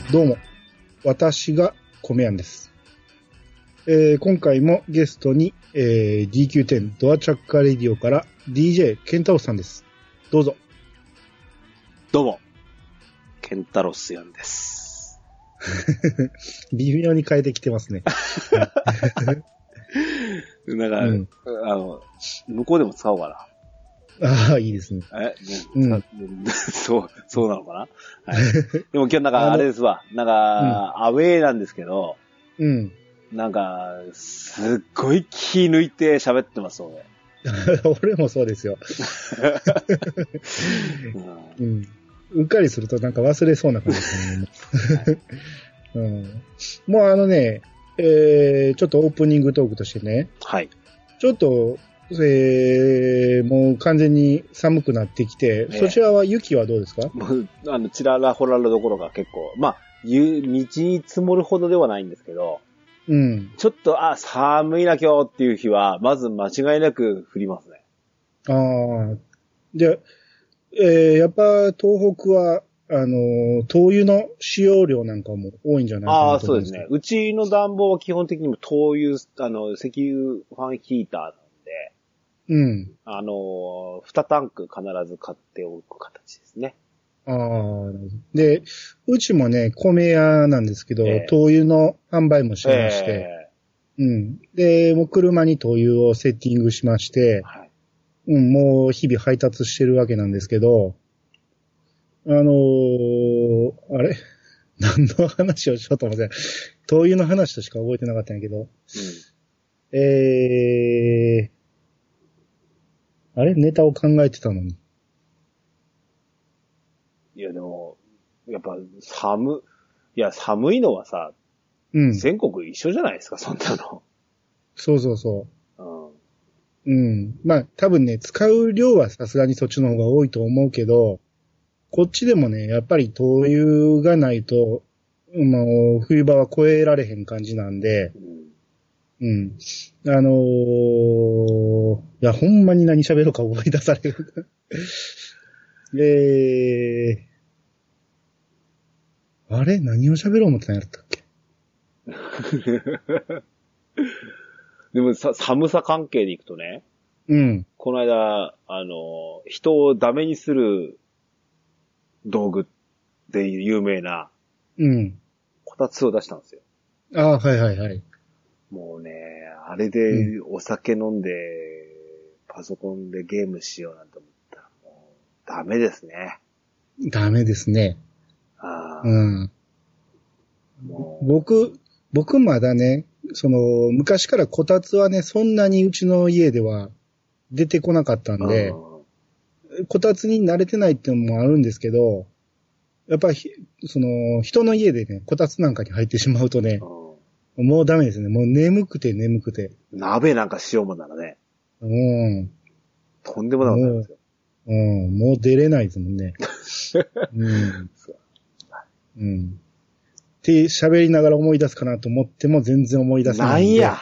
どうも、私が米やんです。今回もゲストに、DQ10 ドアチャッカーレディオから DJ ケンタロスさんです。どうぞ。 どうも、ケンタロスやんです。 微妙に変えてきてますね。 なんか、向こうでも使おうかな。 ああ、いいですね。 そうなのかな。はい。でも今日なんかあれですわ。なんか、アウェーなんですけど、なんか、すっごい気抜いて喋ってます、俺。 俺もそうですよ。うっかりするとなんか忘れそうな感じですね。もうちょっとオープニングトークとしてね。 はい。 ちょっと、もう完全に寒くなってきて、そちらは雪はどうですか？ もう、ちららほららどころが結構、まあ、道に積もるほどではないんですけど、ちょっと、寒いな今日っていう日は、まず間違いなく降りますね。 で、やっぱ東北は、灯油の使用量なんかも多いんじゃないかなと思うんです。 そうですね。うちの暖房は基本的にも灯油、石油ファンヒーターなんで、2タンク必ず買っておく形ですね。 で、うちもね、米屋なんですけど、灯油の販売もしまして、で、もう車に灯油をセッティングしまして、もう日々配達してるわけなんですけど、あれ何の話をしようと思って、灯油の話としか覚えてなかったんやけど、あれネタを考えてたのに。 いやでも、やっぱ寒いのはさ、全国一緒じゃないですか、そんなの。 そうそうそう。まあ多分ね、使う量はさすがにそっちの方が多いと思うけど、こっちでもね、やっぱり灯油がないと、もう冬場は超えられへん感じなんで、いや、ほんまに何喋ろうか思い出される。あれ何を喋ろう思ってたんやったっけでも寒さ関係でいくとね、この間、人をダメにする道具で有名な、こたつを出したんですよ。 はいはいはい。 もうね、あれでお酒飲んで、パソコンでゲームしようなんて思ったら、もうダメですね。 ダメですね。僕まだね、昔からこたつはね、そんなにうちの家では出てこなかったんで、こたつに慣れてないっていうのもあるんですけど、やっぱり、人の家でね、こたつなんかに入ってしまうとね、もうダメですね。もう眠くて。 鍋なんかしようもんならね。とんでもなかったんですよ。 もう出れないですもんね。って喋りながら思い出すかなと思っても全然思い出せないんで。 なんや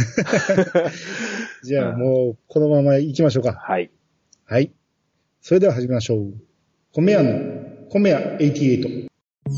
じゃあもうこのまま行きましょうか。 はい。 はい。それでは始めましょう。米屋88。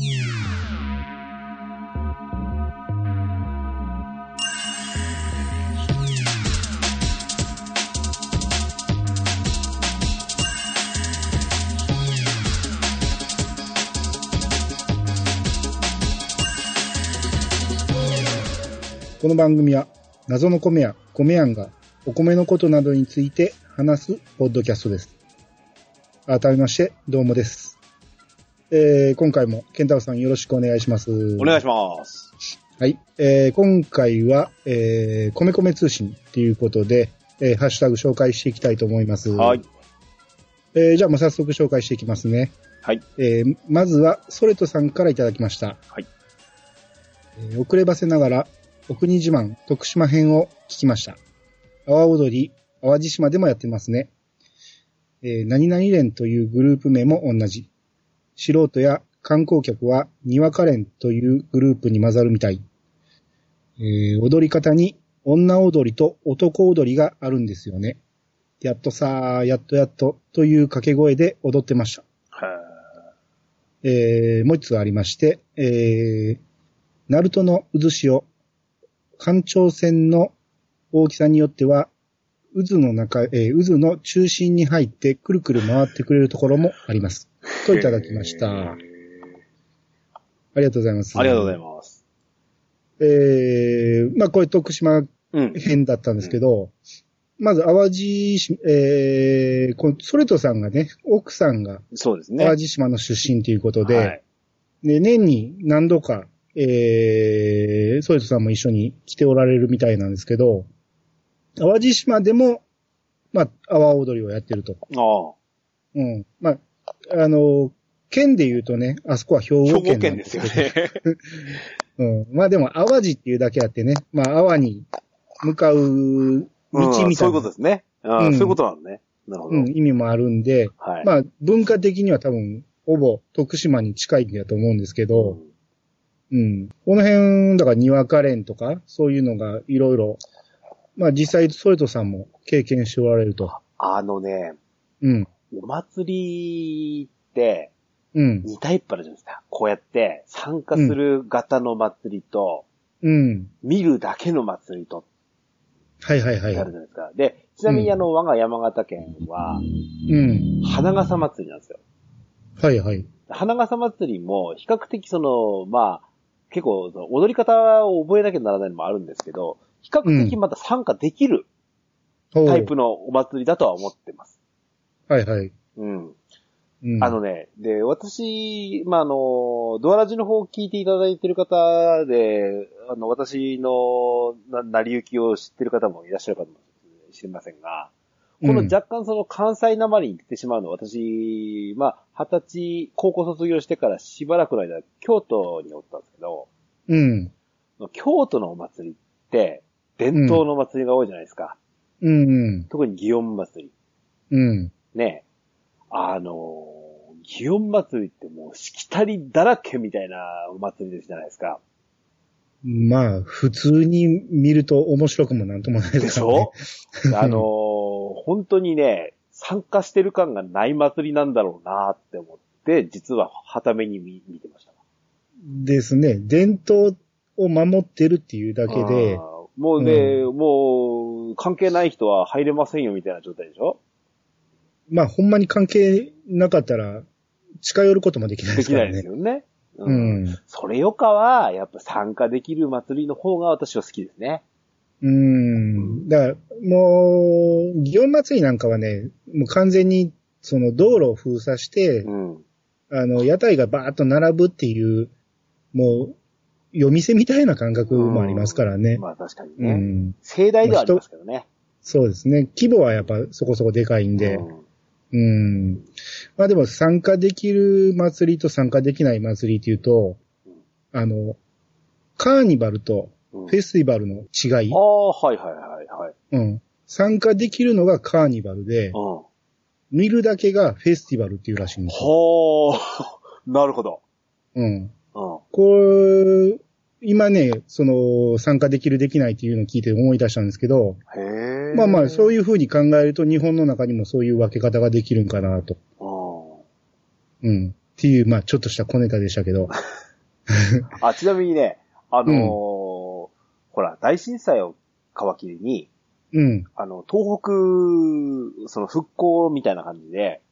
この番組は謎の米屋、米やんがお米のことなどについて話すポッドキャストです。改めましてどうもです。今回もケンタロウさんよろしくお願いします。 お願いします。 はい。今回は、米米通信ということで、ハッシュタグ紹介していきたいと思います。 はい。 じゃあもう早速紹介していきますね。 はい。 まずはソレトさんからいただきました。 はい。 遅ればせながらお国自慢徳島編を聞きました。阿波踊り、淡路島でもやってますね。何々連というグループ名も同じ。素人や観光客はにわか連というグループに混ざるみたい。踊り方に女踊りと男踊りがあるんですよね。やっとさー、やっとという掛け声で踊ってました。 もう一つありまして、ナルトの渦潮、環状線の大きさによっては、渦の中心に入ってくるくる回ってくれるところもあります。といただきました。ありがとうございます。 ありがとうございます。 まあこれ徳島編だったんですけど、まず淡路、このソレトさんがね、奥さんがそうですね。 淡路島の出身ということで、はい、で年に何度か、ソレトさんも一緒に来ておられるみたいなんですけど、淡路島でも、まあ、阿波踊りをやってると。 ああ。 うん。まあ、県で言うとね、あそこは兵庫県なんですよね。うん。まあでも、淡路っていうだけあってね、まあ、阿波に向かう道みたいな。 そういうことですね。そういうことなんね。なるほど。 意味もあるんで、はい、まあ、文化的には多分、ほぼ徳島に近いんだと思うんですけど、この辺、だから、にわか連とか、そういうのがいろいろ、まあ実際、ソレトさんも経験しておられると。 お祭りって、2タイプあるじゃないですか。こうやって参加する型の祭りと、見るだけの祭りと、 はいはいはい。 あるじゃないですか。で、ちなみに我が山形県は、花笠祭りなんですよ。 はいはい。 花笠祭りも比較的まあ、結構踊り方を覚えなきゃならないのもあるんですけど、比較的また参加できるタイプのお祭りだとは思ってます。 はいはい。 で、私、まあ、ドアラジの方を聞いていただいている方で、私の成り行きを知っている方もいらっしゃるかもしれませんが、この若干関西なまりに出てしまうのは、私、まあ、20歳、高校卒業してからしばらくの間、京都におったんですけど、京都のお祭りって、伝統の祭りが多いじゃないですか。特に祇園祭り。ね。祇園祭りってもうしきたりだらけみたいなお祭りですじゃないですか。 まあ、普通に見ると面白くもなんともないですからね。 でしょ本当にね、参加してる感がない祭りなんだろうなって思って、実は傍目に見てました。 ですね。伝統を守ってるっていうだけで、 もうね、もう、関係ない人は入れませんよみたいな状態でしょ？ まあ、ほんまに関係なかったら、近寄ることもできないですからね。 できないですよね。それよかは、やっぱ参加できる祭りの方が私は好きですね。 だから、もう、祇園祭りなんかはね、もう完全に、道路を封鎖して、屋台がバーッと並ぶっていう、もう、夜店みたいな感覚もありますからね。 まあ確かにね。盛大ではありますけどね。 そうですね。規模はやっぱそこそこでかいんで。まあでも参加できる祭りと参加できない祭りっていうと、カーニバルとフェスティバルの違い。 はいはいはいはい。 参加できるのがカーニバルで、見るだけがフェスティバルっていうらしいんですよ。 なるほど。 これ、今ね、参加できるできないっていうのを聞いて思い出したんですけど、まあまあ、そういう風に考えると日本の中にもそういう分け方ができるんかなと。っていう、まあ、ちょっとした小ネタでしたけど。 ちなみにね、ほら、大震災を皮切りに、東北、復興みたいな感じで、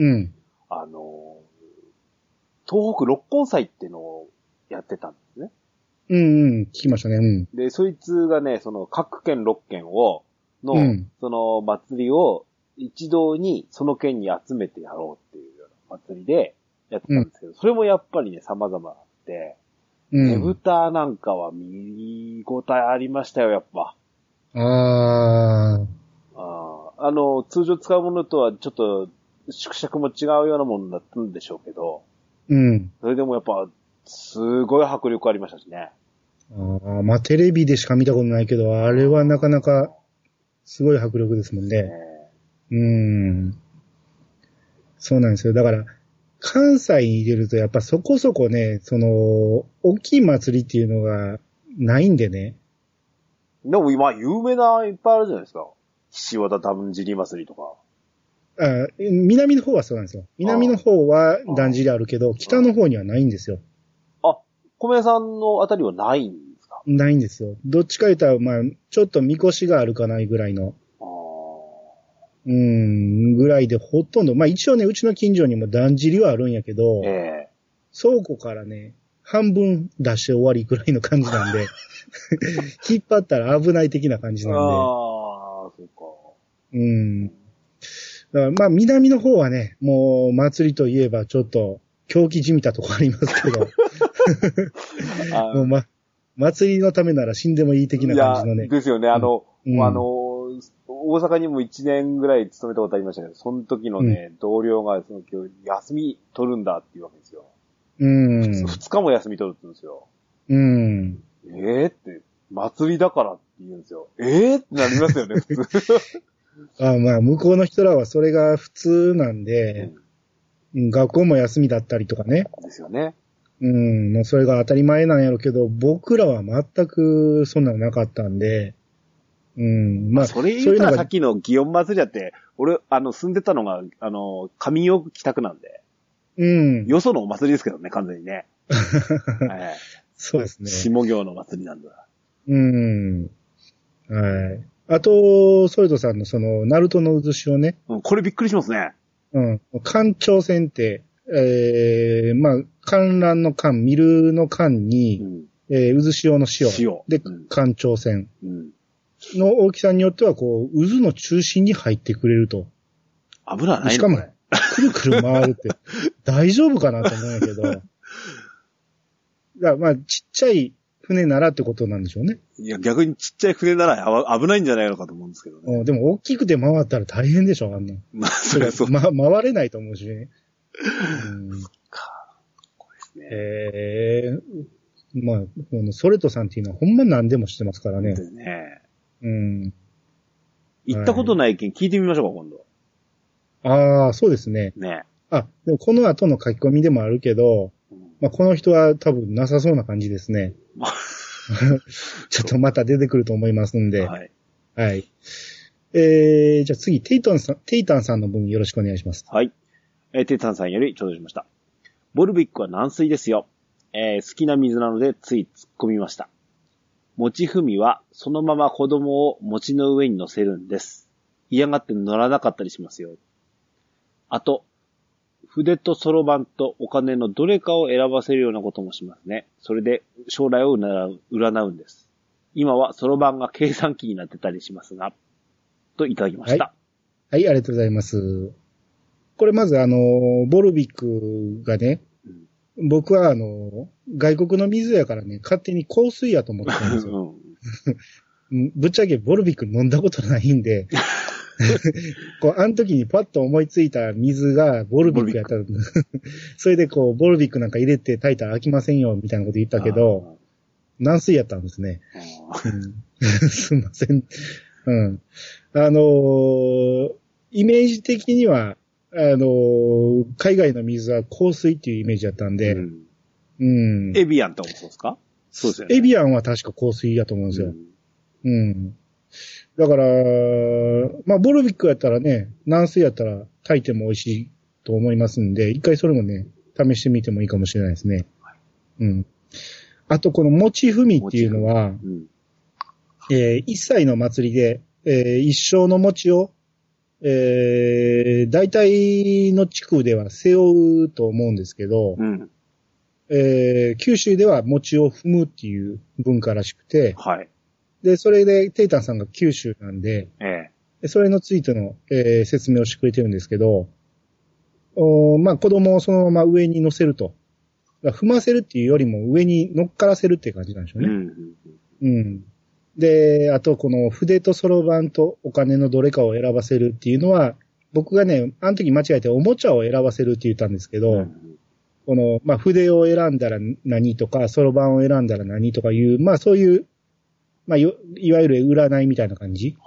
東北六根祭っていうのをやってたんですね。 聞きましたね。 で、そいつがね、各県6県の祭りを一堂にその県に集めてやろうっていうような祭りでやってたんですけど、それもやっぱりね、様々あって、ねぶたなんかは見応えありましたよ、やっぱ。通常使うものとはちょっと縮尺も違うようなものだったんでしょうけど、それでもやっぱ、すごい迫力ありましたしね。 まあ、テレビでしか見たことないけど、あれはなかなか、すごい迫力ですもんね。そうなんですよ。だから、関西に出ると、やっぱそこそこね、大きい祭りっていうのがないんでね。 でも今、有名ないっぱいあるじゃないですか。岸和田だんじり祭りとか。 南の方はそうなんですよ。南の方はだんじりあるけど、北の方にはないんですよ。 あ、米さんのあたりはないんですか？ ないんですよ。どっちか言ったら、まあ、ちょっとみこしがあるかないぐらいの。ぐらいでほとんど、まあ一応ね、うちの近所にもだんじりはあるんやけど、倉庫からね、半分出して終わりぐらいの感じなんで、引っ張ったら危ない的な感じなんで。 そうか。 だからまあ南の方はね、もう祭りといえばちょっと狂気じみたとこありますけど、もう祭りのためなら死んでもいい的な感じのね。 ですよね。大阪にも1年ぐらい勤めたことありましたけど、その時のね、同僚が今日休み取るんだっていうわけですよ。2日も休み取るって言うんですよ。って祭りだからって言うんですよ。ってなりますよね、普通。 まあ、向こうの人らはそれが普通なんで、学校も休みだったりとかね。 ですよね。 もうそれが当たり前なんやろうけど、僕らは全くそんなのなかったんで、 まあ、それ言ったらさっきの祇園祭りだって、俺、住んでたのが、上洋北区なんで。よそのお祭りですけどね、完全にね。 そうですね。 下行の祭りなんだ。 はい。あと、ソルトさんのその、ナルトの渦潮ね。 これびっくりしますね。 環状線って、まあ、観覧の観、見るの観に、渦潮の潮。で、環状線。の大きさによっては、こう、渦の中心に入ってくれると。 危ないね。 しかも、くるくる回るって、大丈夫かなと思うんやけど。だからまあ、ちっちゃい船ならってことなんでしょうね。 いや、逆にちっちゃい船なら危ないんじゃないのかと思うんですけどね。 でも、大きくて回ったら大変でしょ、あんな。 まあ、それはそう。 回れないと思うしね。 これですね。 まあ、ソレトさんっていうのはほんま何でもしてますからね。 ですね。 行ったことない件聞いてみましょうか、今度。 ああ、そうですね。でもこの後の書き込みでもあるけど、まあ、この人は多分なさそうな感じですね。ちょっとまた出てくると思いますんで。はい。じゃあ次、テイタンさんの分よろしくお願いします。 はい。テイタンさんより頂戴しました。ボルビックは軟水ですよ。好きな水なのでつい突っ込みました。餅踏みはそのまま子供を餅の上に乗せるんです。嫌がって乗らなかったりしますよ。あと、筆とそろばんとお金のどれかを選ばせるようなこともしますね。それで将来を占うんです。今はそろばんが計算機になってたりしますが、といただきました。 はい、ありがとうございます。これまずボルビックがね、僕は外国の水やからね、勝手に香水やと思ってたんですよ。ぶっちゃけボルビック飲んだことないんで、あの時にパッと思いついた水がボルビックやった。それでボルビックなんか入れて炊いたら飽きませんよ、みたいなこと言ったけど、軟水やったんですね。すいません。イメージ的には、海外の水は香水っていうイメージだったんで、 エビアンとかもそうですか？ そうですよね。エビアンは確か香水やと思うんですよ。だから、まあ、ボルビックやったらね、軟水やったら炊いても美味しいと思いますんで、一回それもね、試してみてもいいかもしれないですね。あと、この餅踏みっていうのは、一歳の祭りで、一生の餅を、大体の地区では背負うと思うんですけど、九州では餅を踏むっていう文化らしくて、で、それで、テイタンさんが九州なんで、それのついての、説明をしてくれてるんですけど、まあ、子供をそのまま上に乗せると。踏ませるっていうよりも上に乗っからせるっていう感じなんでしょうね。で、あとこの筆とそろばんとお金のどれかを選ばせるっていうのは、僕がね、あの時間違えておもちゃを選ばせるって言ったんですけど、この、まあ、筆を選んだら何とか、そろばんを選んだら何とかいう、まあ、そういう、まあ、いわゆる占いみたいな感じ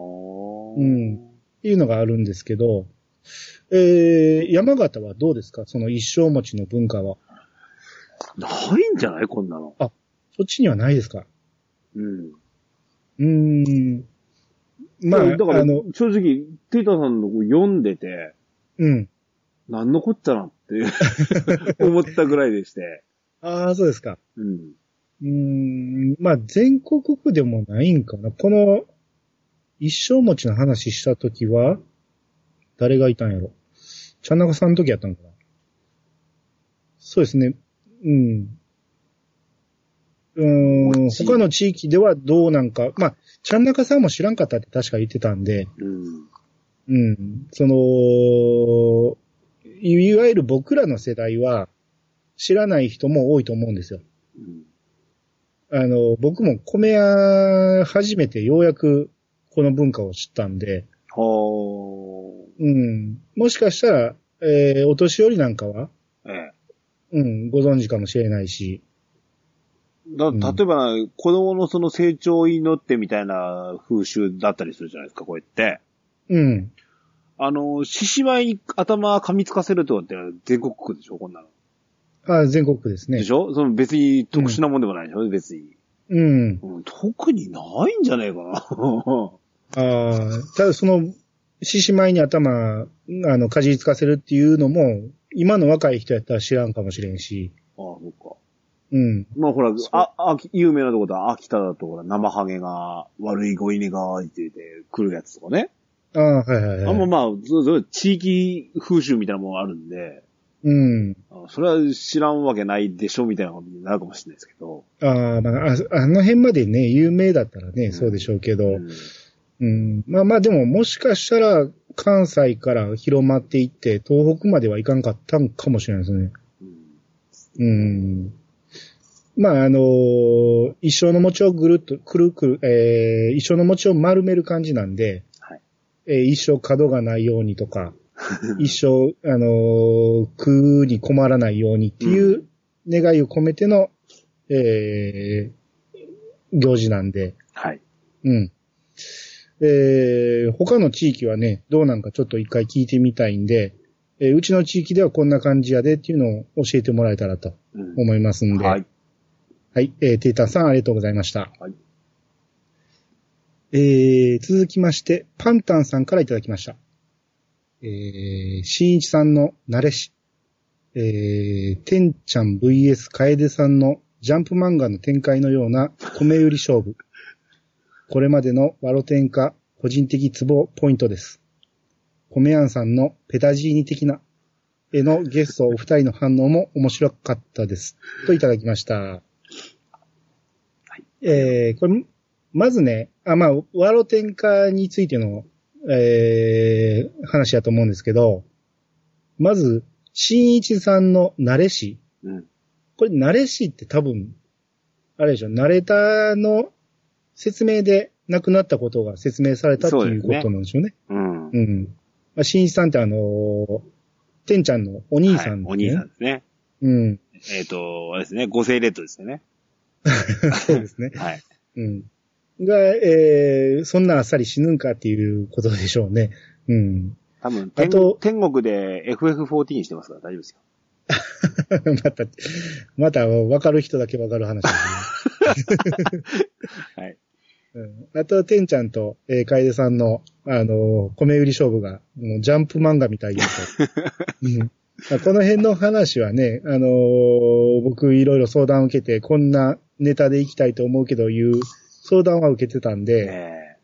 っていうのがあるんですけど、山形はどうですか？その一生餅の文化は。 ないんじゃない？こんなの。 そっちにはないですか？ まあ、だから、正直、テイタさんの読んでて、 うん。 なんのこっちゃなって思ったぐらいでして。 ああ、そうですか。 うん。 まあ、全国区でもないんかな。この、一生餅の話したときは、誰がいたんやろ。ちゃんなかさんの時やったのかな。そうですね。他の地域ではどうなんか、まあ、ちゃんなかさんも知らんかったって確か言ってたんで、いわゆる僕らの世代は知らない人も多いと思うんですよ。僕も米屋初めてようやくこの文化を知ったんで、もしかしたら、お年寄りなんかは、ご存知かもしれないし。 例えば、子供のその成長を祈ってみたいな風習だったりするじゃないですか、こうやって。獅子舞に頭噛みつかせるとって全国区でしょ、こんなの。 ああ、全国区ですね。 でしょ？その別に特殊なもんでもないでしょ、別に。特にないんじゃねえかな。ただその、獅子舞に頭、かじりつかせるっていうのも、今の若い人やったら知らんかもしれんし。 そうか。まあほら、有名なところだ、秋田だとほら、生ハゲが、悪い子犬が、って言って来るやつとかね。 はいはいはい。 まあ、地域風習みたいなものがあるんで。それは知らんわけないでしょ、みたいなことになるかもしれないですけど。 まあ、あの辺までね、有名だったらね、そうでしょうけど。まあでも、もしかしたら、関西から広まっていって、東北まではいかんかったんかもしれないですね。まあ一生の餅をぐるっと、一生の餅を丸める感じなんで、一生角がないようにとか、一生、食うに困らないようにっていう願いを込めての、行事なんで。他の地域はね、どうなんかちょっと一回聞いてみたいんで、うちの地域ではこんな感じやでっていうのを教えてもらえたらと思いますんで。はい、テータさんありがとうございました。続きまして、パンタンさんからいただきました。しんいちさんの慣れし、てんちゃん VS 楓さんのジャンプ漫画の展開のような米売り勝負。これまでのワロテン化、個人的ツボポイントです。米やんさんのペタジーニ的な絵のゲストお二人の反応も面白かったです。といただきました。これ、まずね、ワロテン化についての、話だと思うんですけど、まず、新一さんの慣れし。これ、慣れしって多分、あれでしょ、ナレーターの説明で亡くなったことが説明されたっていうことなんでしょうね。新一さんっててんちゃんのお兄さんですね。 お兄さんですね。あれですね、五星レッドですよね。 そうですね。そんなあっさり死ぬんかっていうことでしょうね。 多分、天国で FF14 してますから大丈夫ですよ。 また分かる人だけ分かる話ですね。あと、てんちゃんと、楓さんの、米売り勝負が、もうジャンプ漫画みたいだと。この辺の話はね、僕いろいろ相談を受けて、こんなネタで行きたいと思うけど、いう相談は受けてたんで、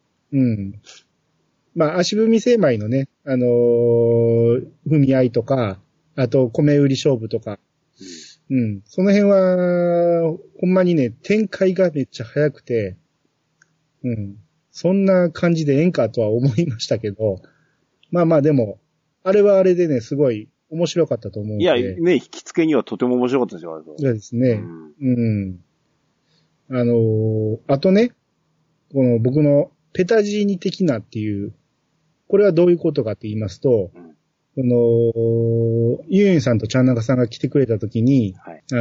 足踏み精米のね、踏み合いとか、あと、米売り勝負とか、その辺は、ほんまにね、展開がめっちゃ早くて、そんな感じでええんかとは思いましたけど、でも、あれはあれでね、すごい面白かったと思うんで。 いや、ね、引き付けにはとても面白かったですよ、 そうですね。あとね、この僕のペタジーニ的なっていう、これはどういうことかって言いますと、ユーユンさんとチャンナカさんが来てくれたときに、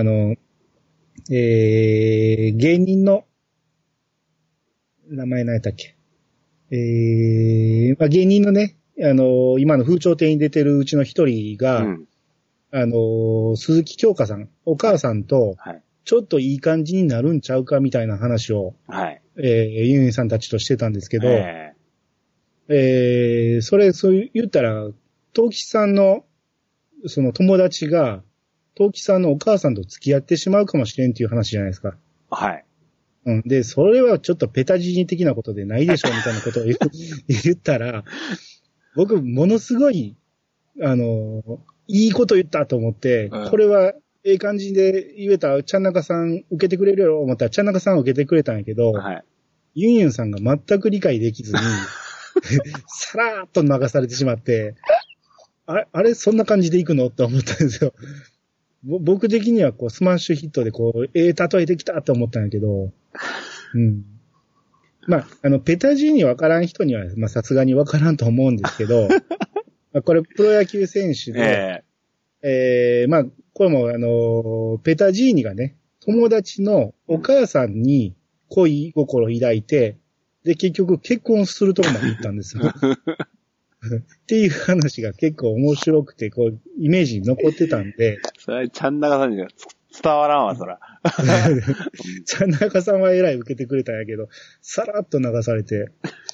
芸人の、名前何やったっけ。芸人のね、今の風潮亭に出てるうちの一人が、鈴木京香さん、お母さんと、ちょっといい感じになるんちゃうかみたいな話を、ユンユンさんたちとしてたんですけど、 そう言ったら、東吉さんの、その友達が、東吉さんのお母さんと付き合ってしまうかもしれんっていう話じゃないですか。 はい。 うん。で、それはちょっとペタジーニ的なことでないでしょ、みたいなことを言ったら、僕、ものすごい、いいこと言ったと思って、これは、ええ感じで言えた、ちゃんなかさん受けてくれるよ思ったら、ちゃんなかさん受けてくれたんやけど、はい、ユンユンさんが全く理解できずに、さらーっと流されてしまって、あれそんな感じでいくのって思ったんですよ。僕的にはこう、スマッシュヒットでこう、例えてきたと思ったんやけど、うん。まあ、ペタジーニわからん人には、まあ、さすがにわからんと思うんですけど、まあ、これ、プロ野球選手で、まあ、これもペタジーニがね、友達のお母さんに恋心を抱いて、で、結局結婚するとこまで行ったんですよ。っていう話が結構面白くて、こう、イメージに残ってたんで。 それ、ちゃんなかさんには伝わらんわ、そら。 ちゃんなかさんはえらい受けてくれたんやけど、さらっと流されて。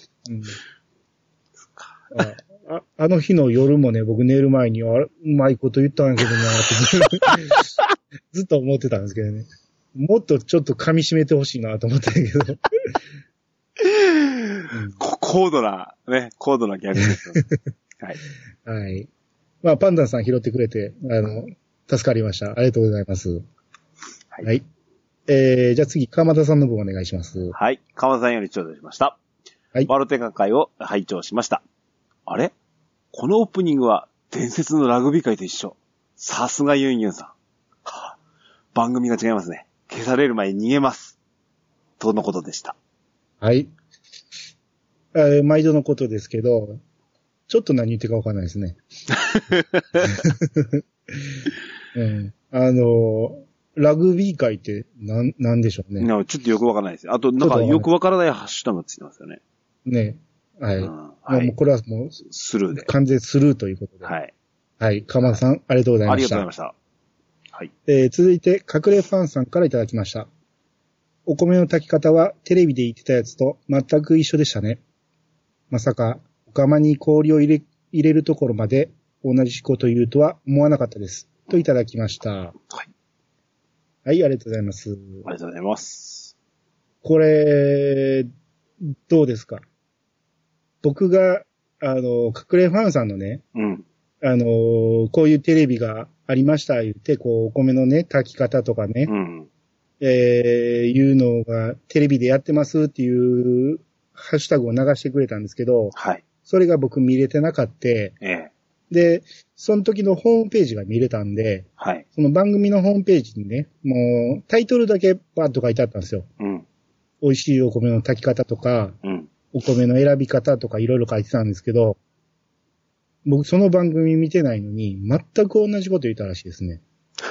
あの日の夜もね、僕寝る前に、うまいこと言ったんやけどなってずっと思ってたんですけどね。もっとちょっと噛み締めてほしいなと思ったんやけど。 高度なギャグですよ、ね。はい。 はい。まあ、パンダンさん拾ってくれて、助かりました。ありがとうございます。はい。はい、じゃあ次、川又さんの分お願いします。 はい。川又さんより頂戴しました。はい。ワロテカ会を拝聴しました。あれ？このオープニングは伝説のラグビー界と一緒。さすがユンユンさん。はあ、番組が違いますね。消される前に逃げます。とのことでした。 はい。毎度のことですけど、ちょっと何言ってるかわかんないですね。うん、ラグビー界ってなんでしょうね。 ちょっとよくわからないですよ。あと、なんかよくわからないハッシュタグがついてますよね。 ね。はい。はい、もうこれはもう、 スルーで。 完全スルーということで。 はい。 はい。鎌田さん、ありがとうございました。 ありがとうございました。はい。 続いて、隠れファンさんからいただきました。お米の炊き方はテレビで言ってたやつと全く一緒でしたね。まさか、お釜に氷を入れるところまで同じこと言うとは思わなかったです。といただきました。はい。はい、ありがとうございます。 ありがとうございます。 これ、どうですか？僕が、隠れファンさんのね、 うん。 こういうテレビがありました言って、こう、お米のね、炊き方とかね、 うん。 いうのがテレビでやってますっていうハッシュタグを流してくれたんですけど、 はい。 それが僕見れてなかった。で、その時のホームページが見れたんで、 はい。 その番組のホームページにね、もうタイトルだけバーッと書いてあったんですよ。 うん。 美味しいお米の炊き方とか、 うん。 お米の選び方とかいろいろ書いてたんですけど、僕その番組見てないのに、全く同じこと言ったらしいですね。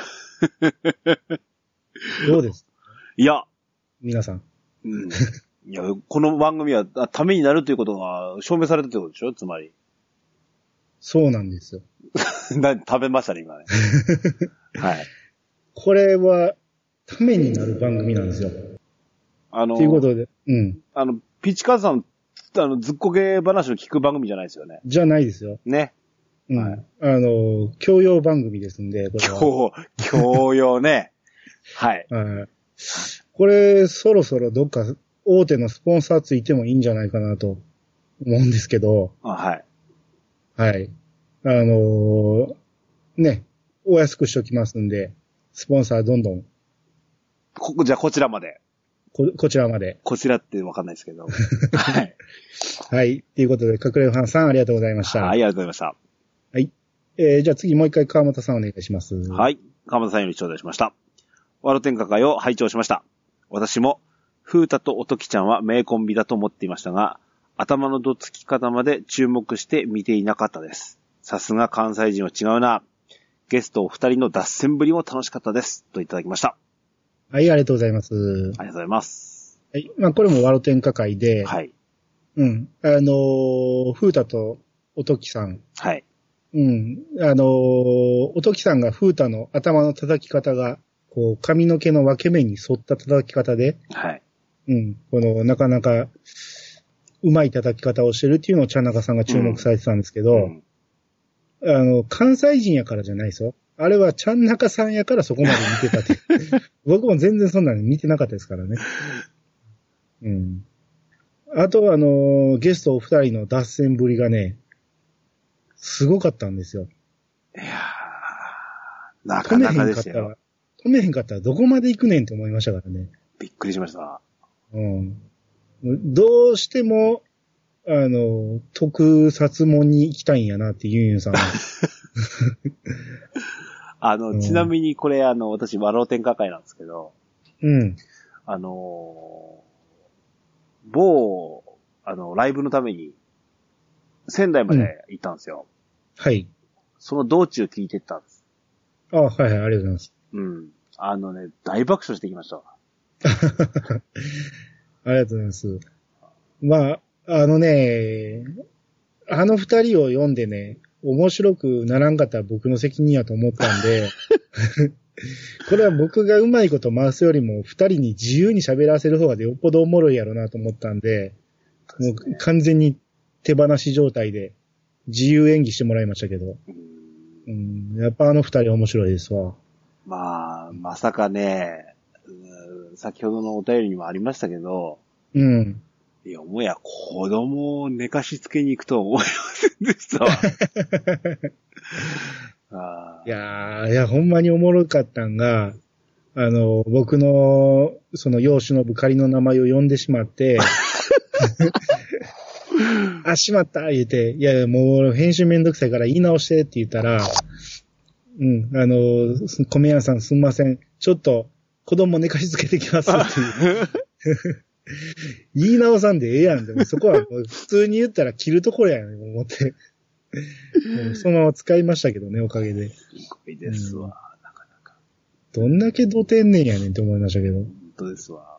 どうですか？ いや。 皆さん。 うん。いや、この番組はためになるということが証明されたってことでしょ？つまり。 そうなんですよ。 食べましたね、今ね。はい。 これは、ためになる番組なんですよ。ということで、うん。 ピッチカーズさん、ずっこけ話を聞く番組じゃないですよね。 じゃないですよ。 ね。 うん。はい、教養番組ですんで、これは。 教養ね。はい。 これ、そろそろどっか大手のスポンサーついてもいいんじゃないかなと思うんですけど。 はい。 はい。ね、お安くしときますんで、スポンサーどんどん。 じゃあこちらまで。 こちらまで。 こちらってわかんないですけど。はい。 はい。ということで、隠れファンさんありがとうございました。 はい、ありがとうございました。 はい。じゃあ次もう一回川本さんお願いします。 はい。川本さんより頂戴しました。ワロ天下会を拝聴しました。私も、風太とおときちゃんは名コンビだと思っていましたが、頭のどつき方まで注目して見ていなかったです。さすが関西人は違うな。ゲストお二人の脱線ぶりも楽しかったです。といただきました。 はい、ありがとうございます。 ありがとうございます。 はい。まあ、これもワロ天下会で、 はい。 うん。風太とおときさん。 はい。 うん。おときさんが風太の頭の叩き方が、こう、髪の毛の分け目に沿った叩き方で、 はい。 うん。なかなか、 うまい叩き方をしてるっていうのをちゃん中さんが注目されてたんですけど、関西人やからじゃないですよ。あれはちゃん中さんやからそこまで見てたって。僕も全然そんなの見てなかったですからね。うん。あとゲストお二人の脱線ぶりがね、すごかったんですよ。 いやー、なかなかですよ。 止めへんかったらどこまで行くねんって思いましたからね。 びっくりしました。 うん。どうしても、特撮もに行きたいんやなってユンユンさんは。 ちなみにこれ私、和老天下会なんですけど、 うん。 某、ライブのために、仙台まで行ったんですよ。 はい。 その道中聞いてったんです。 あ、はいはい、ありがとうございます。 うん。大爆笑してきました。 ありがとうございます。まあ、あの二人を読んでね、面白くならんかったら僕の責任やと思ったんで、これは僕がうまいこと回すよりも二人に自由に喋らせる方がよっぽどおもろいやろなと思ったんで、もう完全に手放し状態で自由演技してもらいましたけど、やっぱ二人面白いですわ。 まあ、まさかね、先ほどのお便りにもありましたけど、 うん。 いや、もや子供を寝かしつけに行くとは思いませんでしたわ。 いや、ほんまにおもろかったんが、僕の、その養子の部仮の名前を呼んでしまって、あ、しまった言うて、いや、もう編集めんどくさいから言い直してって言ったら、米屋さんすんません。ちょっと子供寝かしつけてきますっていう。言い直さんでええやん。でもそこはもう普通に言ったら切るところやねん、思って。そのまま使いましたけどね、おかげで。 すごいですわ、なかなか。 どんだけド天然やねんって思いましたけど。 本当ですわ。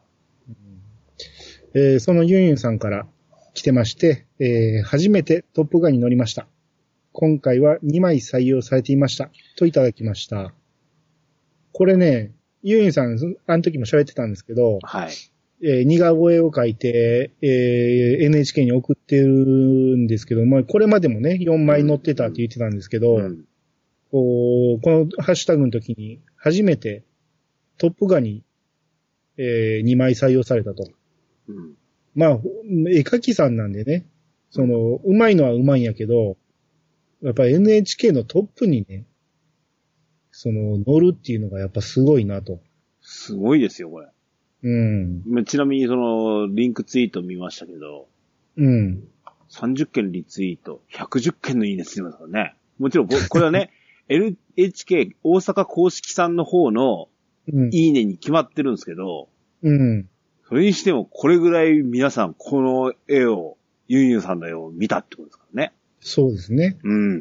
そのユンユンさんから来てまして、初めてトップガンに乗りました。今回は2枚採用されていました。といただきました。これね、ユンユンさん、あの時も喋ってたんですけど、 はい。 似顔絵を描いて、NHK に送ってるんですけど、まあ、これまでもね、4枚載ってたって言ってたんですけど、このハッシュタグの時に初めてトップガンに、2枚採用されたと。まあ、絵描きさんなんでね、うまいのはうまいんやけど、やっぱり NHK のトップにね、乗るっていうのがやっぱすごいなと。 すごいですよ、これ。 うん。 ちなみにリンクツイート見ましたけど、 うん。 30件リツイート、110件のいいねついてますからね。もちろん、これはね、NHK 大阪公式さんの方のいいねに決まってるんですけど、 うん。 それにしてもこれぐらい皆さんこの絵を、ユンユンさんの絵を見たってことですからね。 そうですね。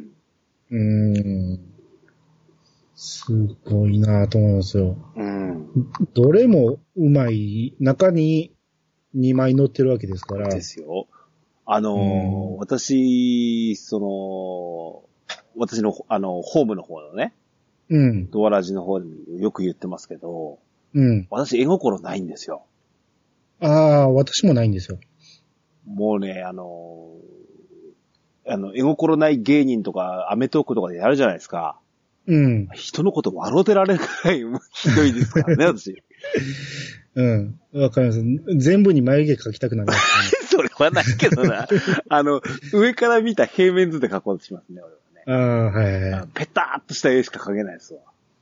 すごいなぁと思いますよ。どれもうまい、中に2枚載ってるわけですから。 ですよ。私、私の、ホームの方のね、ドアラジの方でもよく言ってますけど、私絵心ないんですよ。 ああ、私もないんですよ。 もうね、絵心ない芸人とか、アメトークとかでやるじゃないですか。人のこと笑うてられるくらいひどいですからね、私。 わかります。全部に眉毛描きたくなります、 ね。それはないけどな。上から見た平面図で描こうとしますね、俺はね。 はいはい。 ペターっとした絵しか描けないですわ。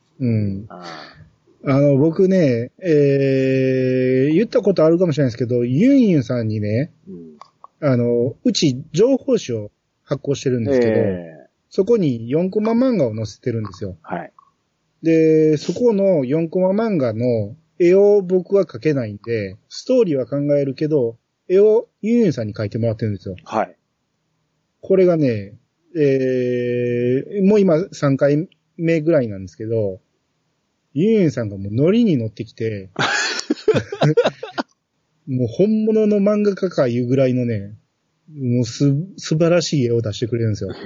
僕ね、言ったことあるかもしれないですけど、ユンユンさんにね、うち情報誌を発行してるんですけど、そこに4コマ漫画を載せてるんですよ。 はい。 で、そこの4コマ漫画の絵を僕は描けないんで、ストーリーは考えるけど、絵をユンユンさんに描いてもらってるんですよ。 はい。 これがね、もう今3回目ぐらいなんですけど、ユンユンさんがもうノリに乗ってきて、もう本物の漫画家かいうぐらいのね、もう素晴らしい絵を出してくれるんですよ。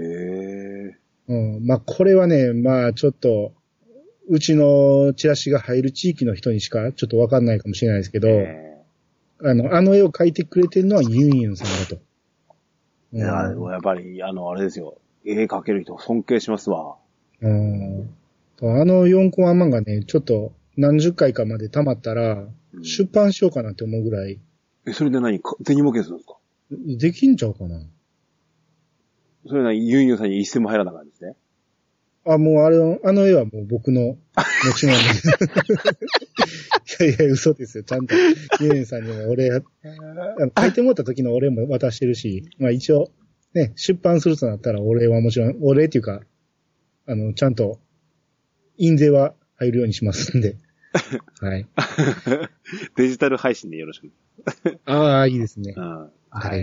まあこれはね、まあちょっと、うちのチラシが入る地域の人にしかちょっとわかんないかもしれないですけど、 あの絵を描いてくれてるのはユンユンさんだと。 いや、やっぱり、あれですよ。絵描ける人尊敬しますわ。 4コマ漫画ね、ちょっと何十回かまで溜まったら、出版しようかなって思うぐらい。 それで何銭儲けするんですか？ できんちゃうかな。 それなにユンユンさんに一銭も入らなかったんですね。 もうあの絵はもう僕の持ち物で。いや、嘘ですよ。ちゃんと、ユンユンさんにも俺、書いてもらった時の俺も渡してるし、まあ一応、ね、出版するとなったら俺はもちろん、俺っていうか、ちゃんと、印税は入るようにしますんで。はい。 デジタル配信でよろしく。 ああ、いいですね。 はい。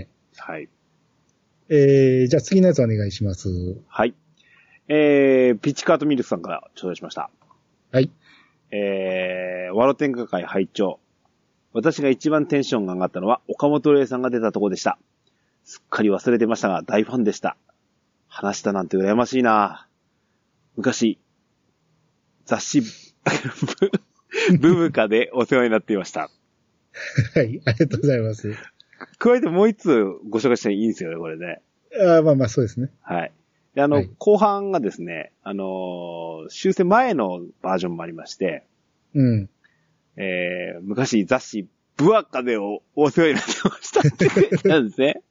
はい。 じゃあ次のやつお願いします。 はい。ピッチカートミルクさんから頂戴しました。 はい。 ワロテンカ会拝聴。私が一番テンションが上がったのは岡本玲さんが出たとこでした。すっかり忘れてましたが大ファンでした。話したなんて羨ましいな。昔、雑誌、ブブカでお世話になっていました。 はい、ありがとうございます。 加えてもう一つご紹介していいんですよね、これね。 まあまあそうですね。 はい。で、はい、後半がですね、終戦前のバージョンもありまして、 うん。 昔雑誌、ブワカでお世話になってましたってなんですね。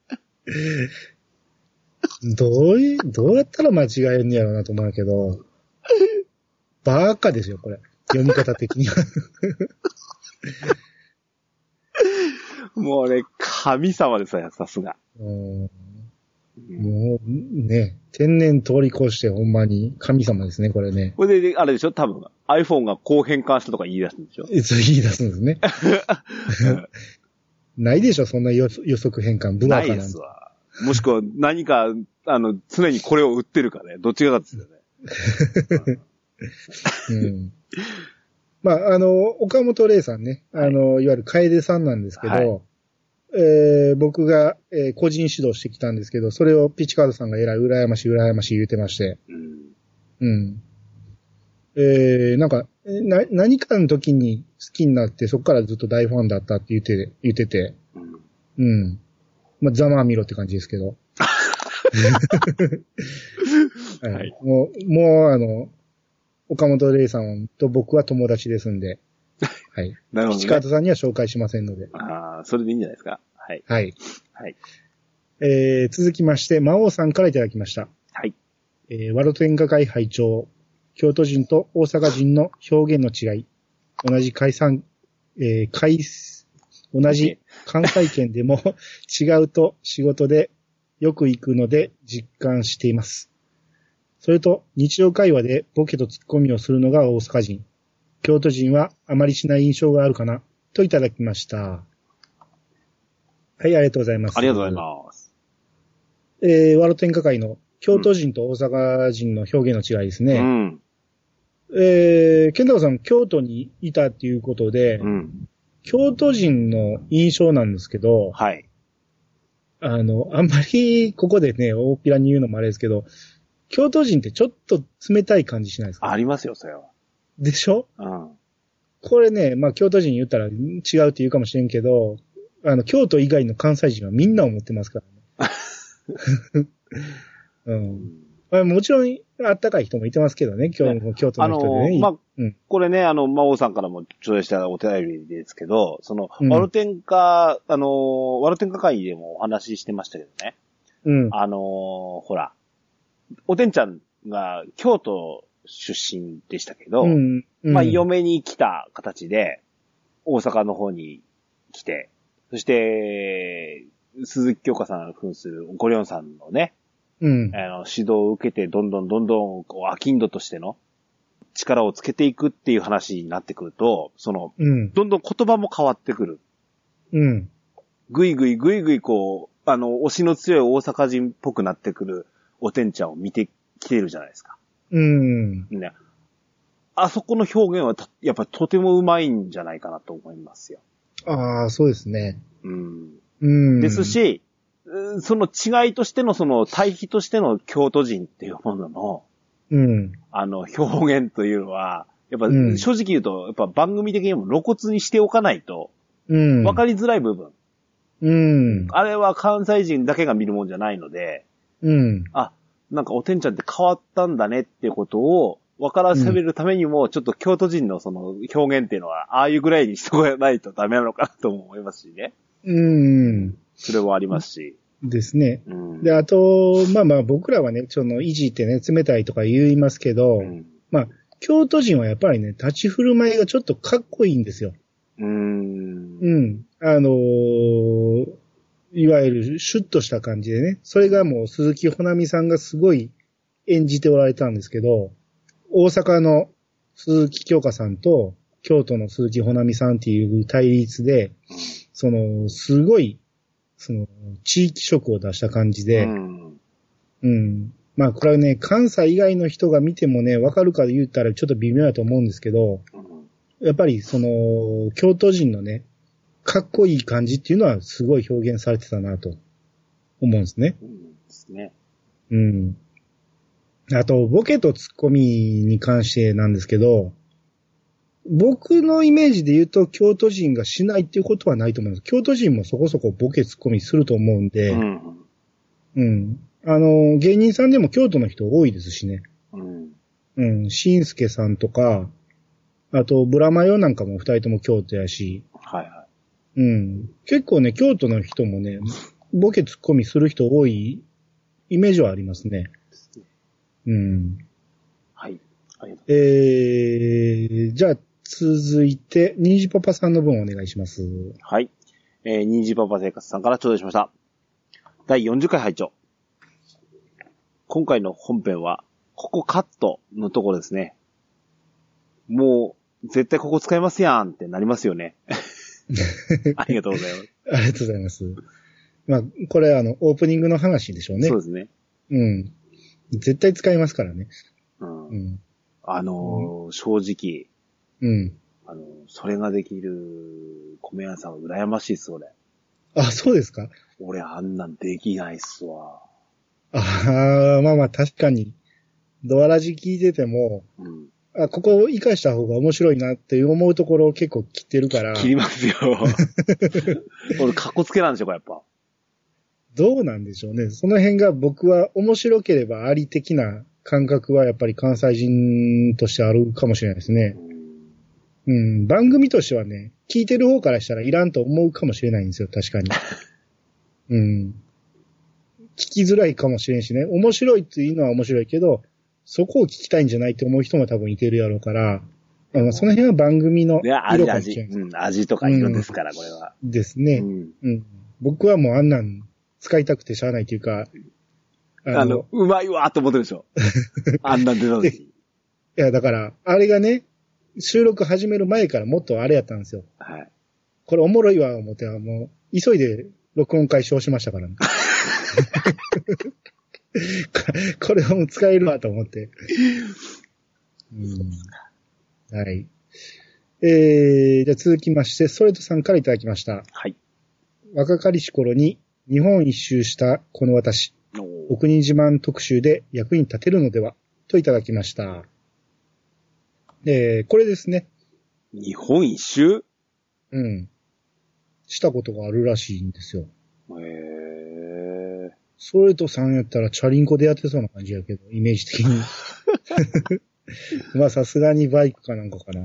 どうやったら間違えるんやろうなと思うけど、バーカですよ、これ。読み方的には。 もうね、神様ですよ、さすが。 もう、ね、天然通り越してほんまに神様ですね、これね。 これで、あれでしょ多分、iPhone がこう変換したとか言い出すんでしょ言い出すんですね。ないでしょ、そんな予測変換、ブワーカなんて。ないですわ。 もしくは何か、常にこれを売ってるかね。どっちがですよね。 うん。まあ、岡本玲さんね、いわゆる楓さんなんですけど、はい、僕が、個人指導してきたんですけど、それをピッチカードさんが羨ましい言うてまして。うん。なんか、何かの時に好きになって、そこからずっと大ファンだったって言ってて、うん。まあ、ざまあみろって感じですけど。はい。もう岡本玲さんと僕は友達ですんで。はい。なるほど、ね。ピチカートさんには紹介しませんので。 ああ、それでいいんじゃないですか。はい。 はい。はい。続きまして、魔王さんからいただきました。 はい。 ワロテンカ会拝聴。京都人と大阪人の表現の違い。同じ同じ関西圏でも違うと仕事でよく行くので実感しています。それと日常会話でボケとツッコミをするのが大阪人。京都人はあまりしない印象があるかなといただきました。はい、ありがとうございます。 ありがとうございます。 ワロテンカ会の京都人と大阪人の表現の違いですね。うん。ケンタロウさん京都にいたっていうことで、うん、京都人の印象なんですけど、 はい。 あんまりここでね、大っぴらに言うのもあれですけど、京都人ってちょっと冷たい感じしないですか？ ありますよ、それは。 でしょ？ うん。 これね、まあ京都人言ったら違うって言うかもしれんけど、京都以外の関西人はみんな思ってますからね。うん。もちろん、あったかい人もいてますけどね、京都の人でね。 まあ、うん、これね、魔王さんからも頂戴したお便りですけど、ワロテンカ会でもお話ししてましたけどね。うん。ほら、おてんちゃんが京都出身でしたけど、うんうん、まあ、嫁に来た形で、大阪の方に来て、そして、鈴木京香さん扮するゴリョンさんのね、うん、指導を受けて、どんどん、こう、アキンドとしての力をつけていくっていう話になってくると、うん、どんどん言葉も変わってくる。うん。ぐいぐい、こう、推しの強い大阪人っぽくなってくるおてんちゃんを見てきてるじゃないですか。うん。ね。あそこの表現はやっぱりとてもうまいんじゃないかなと思いますよ。 ああ、そうですね。 うん。うん。ですし、その違いとしての対比としての京都人っていうものの、うん。表現というのは、やっぱ正直言うと、やっぱ番組的にも露骨にしておかないと、 うん。 わかりづらい部分。 うん。 あれは関西人だけが見るもんじゃないので、 うん。 あ、なんかおてんちゃんって変わったんだねっていうことを分からせるためにも、ちょっと京都人のその表現っていうのは、ああいうぐらいにしとかないとダメなのかなとも思いますしね。 うん。 それはありますし。 ですね。 うん、 で、あと、まあまあ僕らはね、いじってね、冷たいとか言いますけど、まあ、京都人はやっぱりね、立ち振る舞いがちょっとかっこいいんですよ。うん。いわゆるシュッとした感じでね、それがもう鈴木保奈美さんがすごい演じておられたんですけど、大阪の鈴木京香さんと京都の鈴木保奈美さんっていう対立で、すごい、地域色を出した感じで、うん。まあ、これはね、関西以外の人が見てもね、わかるか言ったらちょっと微妙だと思うんですけど、やっぱり京都人のね、かっこいい感じっていうのはすごい表現されてたなと思うんですね。 ですね。 うん。あと、ボケとツッコミに関してなんですけど、僕のイメージで言うと京都人がしないっていうことはないと思います。京都人もそこそこボケツッコミすると思うんで、うん。芸人さんでも京都の人多いですしね。うん。しんすけさんとか、あと、ブラマヨなんかも二人とも京都やし。 はいはい。 うん。結構ね、京都の人もね、ボケツッコミする人多いイメージはありますね。うん。 はい。ありがとうございます。 じゃあ、続いて、ニージパパさんの分お願いします。 はい。ニージパパ生活さんから頂戴しました。第40回拝聴。今回の本編は、ここカットのところですね。もう、絶対ここ使えますやんってなりますよね。ありがとうございます。 ありがとうございます。まあ、これオープニングの話でしょうね。 そうですね。 うん。絶対使いますからね。 うん。正直。 うん。 それができる米屋さんは羨ましいっす、俺。 あ、そうですか？ 俺あんなんできないっすわ。 ああ、まあまあ確かに。ドアラジ聞いてても、ここを活かした方が面白いなって思うところを結構切ってるから。 切りますよ。俺、かっこつけなんでしょうか、やっぱ。 どうなんでしょうね。その辺が僕は面白ければあり的な感覚はやっぱり関西人としてあるかもしれないですね。うん、番組としてはね、聞いてる方からしたらいらんと思うかもしれないんですよ、確かに。うん。聞きづらいかもしれんしね。面白いっていうのは面白いけど、そこを聞きたいんじゃないって思う人も多分いてるやろうから、その辺は番組の色かもしれない。 味とか色ですから、これは。 ですね。僕はもうあんなん使いたくてしゃあないというか、 うまいわーと思ってるでしょ。あんなん出た時。いや、だから、あれがね、収録始める前からもっとあれやったんですよ。 はい。 これおもろいわ、思ってはもう、急いで録音開始をしましたからね。これはもう使えるわと思って。はい。じゃあ続きまして、ソレトさんからいただきました。 はい。 若かりし頃に日本一周したこの私、お国自慢特集で役に立てるのではといただきました。これですね。 日本一周？ うん。したことがあるらしいんですよ。ソレトさんやったらチャリンコでやってそうな感じやけど、イメージ的に。まあさすがにバイクかなんかかな。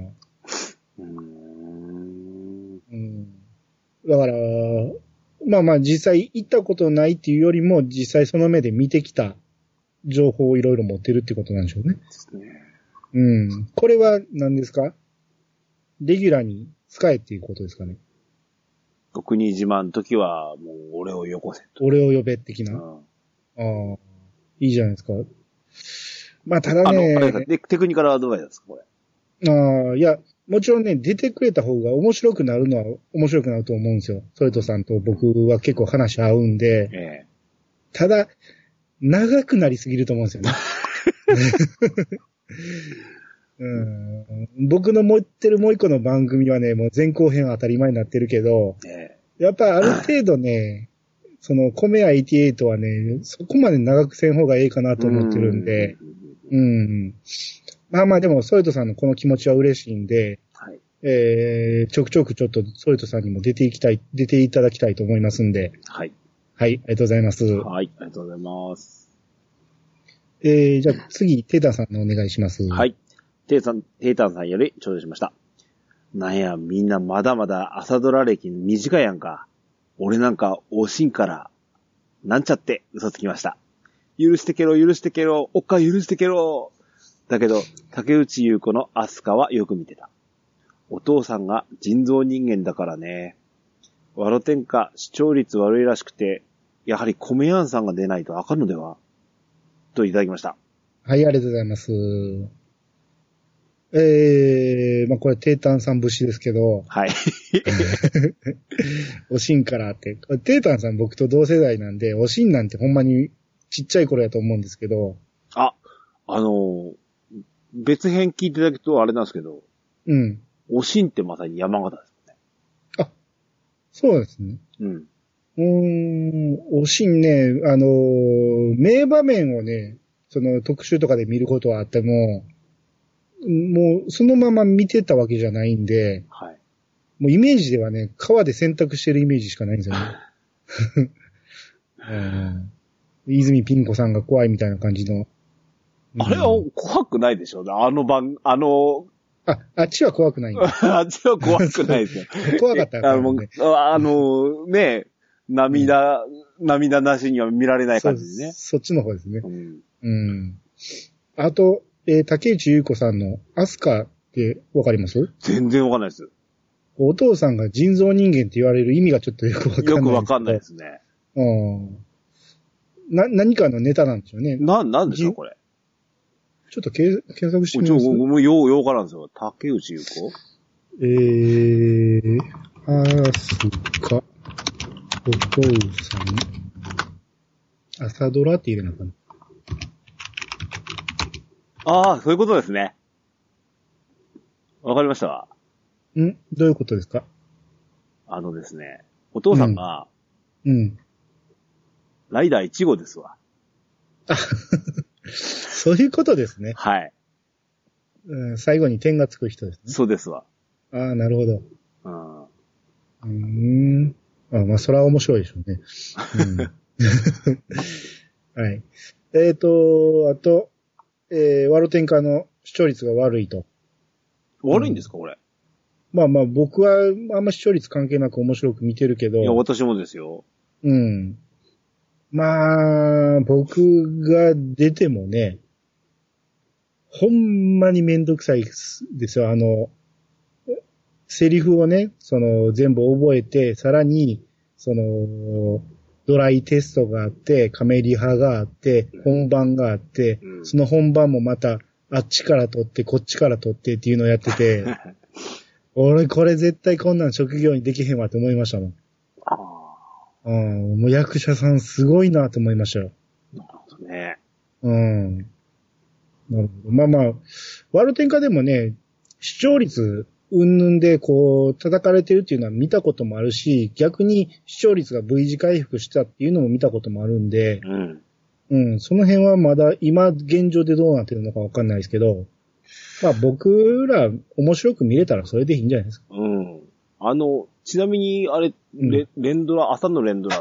だから、まあまあ実際行ったことないっていうよりも、実際その目で見てきた情報をいろいろ持ってるってことなんでしょうね。これは何ですか？レギュラーに使えっていうことですかね。 お国自慢の時は、もう俺をよこせと。 俺を呼べ的な。いいじゃないですか。まあただね。 テクニカルアドバイザーですか、これ。 いや、もちろんね、出てくれた方が面白くなるのは面白くなると思うんですよ。ソレトさんと僕は結構話合うんで。ただ、長くなりすぎると思うんですよね。僕の持ってるもう一個の番組はね、もう前後編は当たり前になってるけど、やっぱある程度ね、その米屋88はね、そこまで長くせん方がいいかなと思ってるんで、まあまあでもソレトさんのこの気持ちは嬉しいんで、 ちょくちょくちょっとソレトさんにも出ていただきたいと思いますんで。 はい。 はい、ありがとうございます。 はい、ありがとうございます。 じゃあ次、テータンさんのお願いします。 はい。テータンさんより頂戴しました。なんや、みんなまだまだ朝ドラ歴短いやんか。俺なんか、おしんから、なんちゃって嘘つきました。許してけろ、おっか許してけろ。だけど、竹内優子のアスカはよく見てた。お父さんが人造人間だからね。ワロ天下視聴率悪いらしくて、やはり米やんさんが出ないとあかんのではといただきました。 はい、ありがとうございます。まあ、これ、テータンさん節ですけど。 はい。 おしんからって。テータンさん僕と同世代なんで、おしんなんてほんまにちっちゃい頃やと思うんですけど。 あ、別編聞いていただくとあれなんですけど。 うん。 おしんってまさに山形ですね。 あ、そうですね。 うん。 おしんね、名場面をね、その特集とかで見ることはあっても、もうそのまま見てたわけじゃないんで、 はい。 もうイメージではね、川で洗濯してるイメージしかないんですよね。泉ピン子さんが怖いみたいな感じの。 あれは怖くないでしょあっちは怖くないんだ。あっちは怖くないですよ。 怖かったら、ね。 ね、涙なしには見られない感じですね。 そっちの方ですね。うん。あと、竹内優子さんのアスカってわかります？ 全然わかんないです。 お父さんが人造人間って言われる意味がちょっとよくわかんない。 よくわかんないですね。 何かのネタなんでしょうね。 なんでしょう、これ。 ちょっと検索してみます？ もうようからんですよ。竹内優子アスカ、お父さん、朝ドラって入れなかな。 ああ、そういうことですね。わかりましたわ。 どういうことですか？ ですね、お父さんが、ライダー1号ですわ。 そういうことですね。 はい。 最後に点がつく人ですね。 そうですわ。 ああ、なるほど。まあ、それは面白いでしょうね。はい。あと、ワロテンカの視聴率が悪いと。 悪いんですか、これ。 まあまあ、僕はあんま視聴率関係なく面白く見てるけど。 いや、私もですよ。 まあ、僕が出てもね、ほんまにめんどくさいですよ。セリフをね、全部覚えて、さらに、ドライテストがあって、カメリハがあって、本番があって、その本番もまた、あっちから撮って、こっちから撮ってっていうのをやってて、俺これ絶対こんなん職業にできへんわって思いましたもん。もう役者さんすごいなって思いましたよ。 なるほどね。 なるほど。まあまあ、ワールド展開でもね、視聴率、うんぬんでこう、叩かれてるっていうのは見たこともあるし、逆に視聴率が V 字回復したっていうのも見たこともあるんで、その辺はまだ今現状でどうなってるのかわかんないですけど、まあ僕ら面白く見れたらそれでいいんじゃないですか。 ちなみにあれ、連ドラ、朝の連ドラって、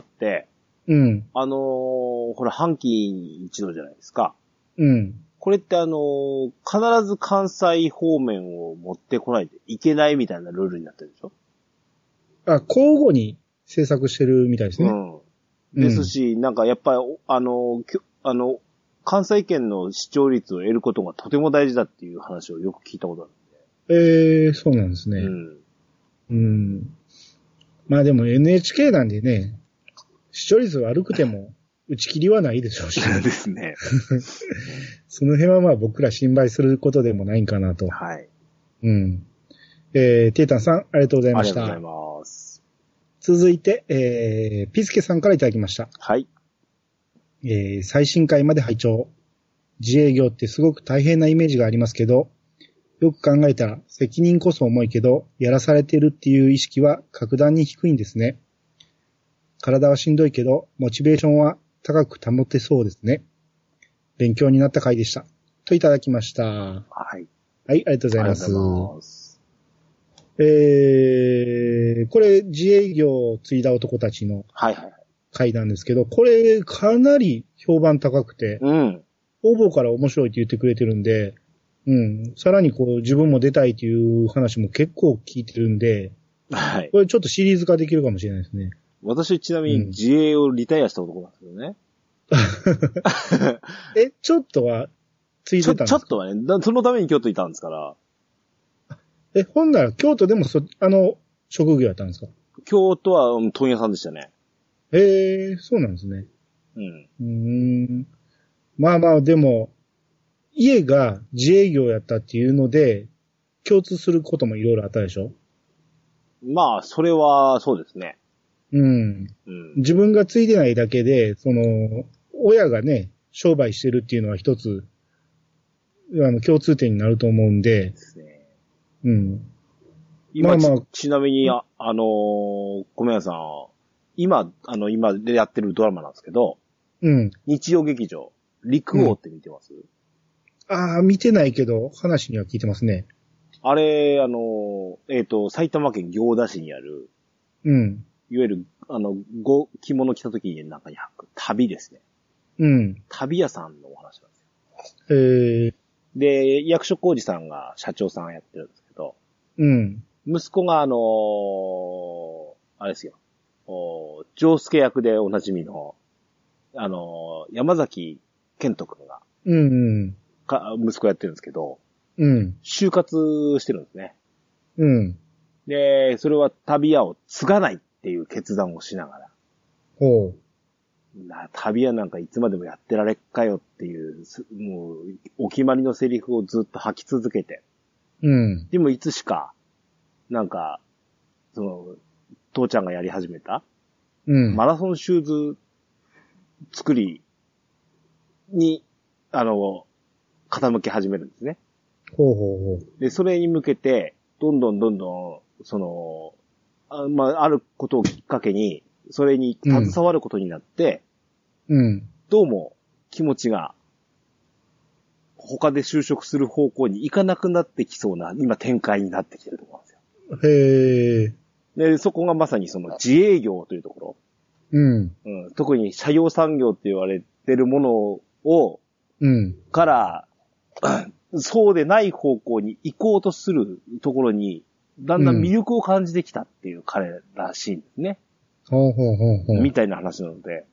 これ半期に一度じゃないですか。これって必ず関西方面を持ってこないといけないみたいなルールになってるでしょ？ 交互に制作してるみたいですね。 ですし、なんかやっぱり、関西圏の視聴率を得ることがとても大事だっていう話をよく聞いたことあるんで。そうなんですね。まあでも NHK なんでね、視聴率悪くても打ち切りはないでしょうし、 ね。ですね。 その辺はまあ僕ら心配することでもないんかなと。 はい。 テータンさん、ありがとうございました。 ありがとうございます。 続いて、ピスケさんからいただきました。 はい。 最新回まで拝聴。自営業ってすごく大変なイメージがありますけど、よく考えたら責任こそ重いけど、やらされてるっていう意識は格段に低いんですね。体はしんどいけど、モチベーションは高く保てそうですね。勉強になった回でした。といただきました。 はい。 はい、ありがとうございます。 これ自営業を継いだ男たちの回なんですけど、これかなり評判高くて、応募から面白いって言ってくれてるんで、さらにこう自分も出たいっていう話も結構聞いてるんで、これちょっとシリーズ化できるかもしれないですね。 私ちなみに自営をリタイアした男なんですけどね。 ちょっとはついてたんですか？ ちょっとはね、そのために京都いたんですから。 ほんなら京都でも職業やったんですか？ 京都は問屋さんでしたね。 そうなんですね。まあまあでも、家が自営業やったっていうので、共通することもいろいろあったでしょ？ まあ、それはそうですね。 自分が継いでないだけで、親がね、商売してるっていうのは一つ、共通点になると思うんで。ですね。 今、ちなみに、米屋さん、今でやってるドラマなんですけど、日曜劇場、陸王って見てます？ 見てないけど、話には聞いてますね。 あれ、埼玉県行田市にある、いわゆる、着物着た時に中に履く旅ですね。旅屋さんのお話なんですよ。で、役所広司さんが社長さんやってるんですけど、息子があれですよ、丈介役でおなじみの、山崎健人くんが、息子やってるんですけど、就活してるんですね。で、それは旅屋を継がないっていう決断をしながら。旅屋なんかいつまでもやってられっかよっていう、もう、お決まりのセリフをずっと吐き続けて。でもいつしか、なんか、父ちゃんがやり始めた、マラソンシューズ作りに、傾き始めるんですね。で、それに向けて、どんどん、あることをきっかけに、それに携わることになって、どうも気持ちが、他で就職する方向に行かなくなってきそうな、今展開になってきてると思うんですよ。で、そこがまさに自営業というところ。特に社用産業って言われてるものを、から、そうでない方向に行こうとするところに、だんだん魅力を感じてきたっていう彼らしいんですね。みたいな話なので。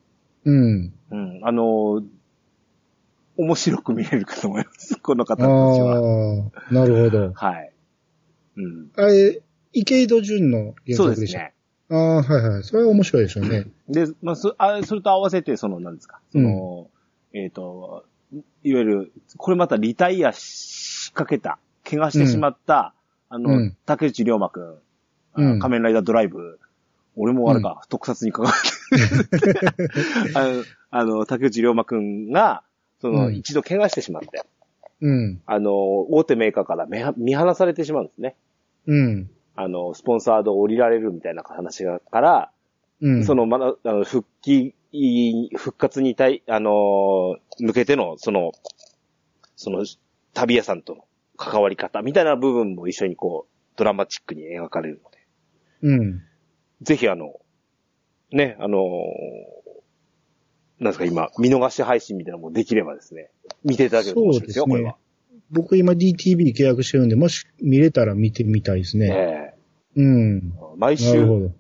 面白く見れるかと思います。この方たちは。 なるほど。 はい。 あれ、池井戸潤の原作でした。そうですね。はいはい。それは面白いでしょうね。 で、それと合わせて、何ですか。いわゆる、これまたリタイアしかけた、怪我してしまった、竹内涼真くん、仮面ライダードライブ、俺もあれか、特撮に関わって、竹内涼真くんが、一度怪我してしまって、大手メーカーから見放されてしまうんですね。スポンサードを降りられるみたいな話から、復活に向けての、旅屋さんとの関わり方みたいな部分も一緒にドラマチックに描かれるので。ぜひね、なんですか今、見逃し配信みたいなのもできればですね、見ていただけると面白いですよ、これは。 僕今 DTV 契約してるんで、もし見れたら見てみたいですね。 毎週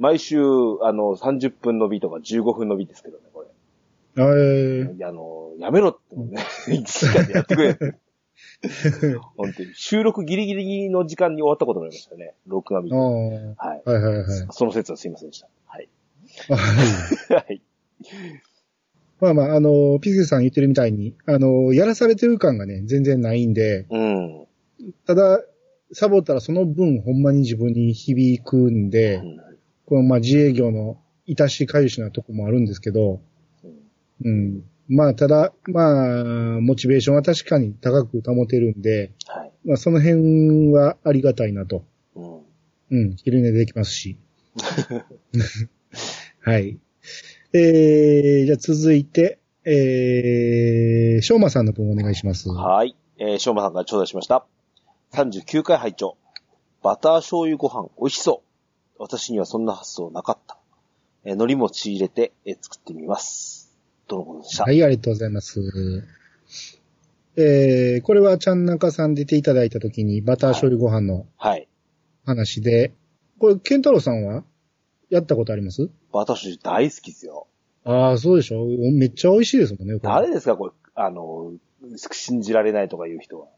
30分の美とか15分の美ですけどね、これ。やめろってね、1時間でやってくれ。本当に。収録ギリギリの時間に終わったことになりましたね。録画見て。その説はすいませんでした。はい。はい。 まあまあ、ピスケさん言ってるみたいに、やらされてる感がね、全然ないんで、ただ、サボったらその分ほんまに自分に響くんで、この自営業の致しかゆしなとこもあるんですけど、ただ、モチベーションは確かに高く保てるんで、その辺はありがたいなと。昼寝できますし。はい。じゃあ続いて、しょうまさんの分お願いします。 はい。しょうまさんから頂戴しました。39回拝聴。 バター醤油ご飯美味しそう。私にはそんな発想なかった。海苔もち入れて作ってみます。とのことでした。 はい、ありがとうございます。これはちゃんなかさん出ていただいたときにバター醤油ご飯の話で、はい、これ、ケンタロウさんはやったことあります？ バター醤油大好きですよ。 ああ、そうでしょ？めっちゃ美味しいですもんね。 誰ですかこれ、信じられないとか言う人は。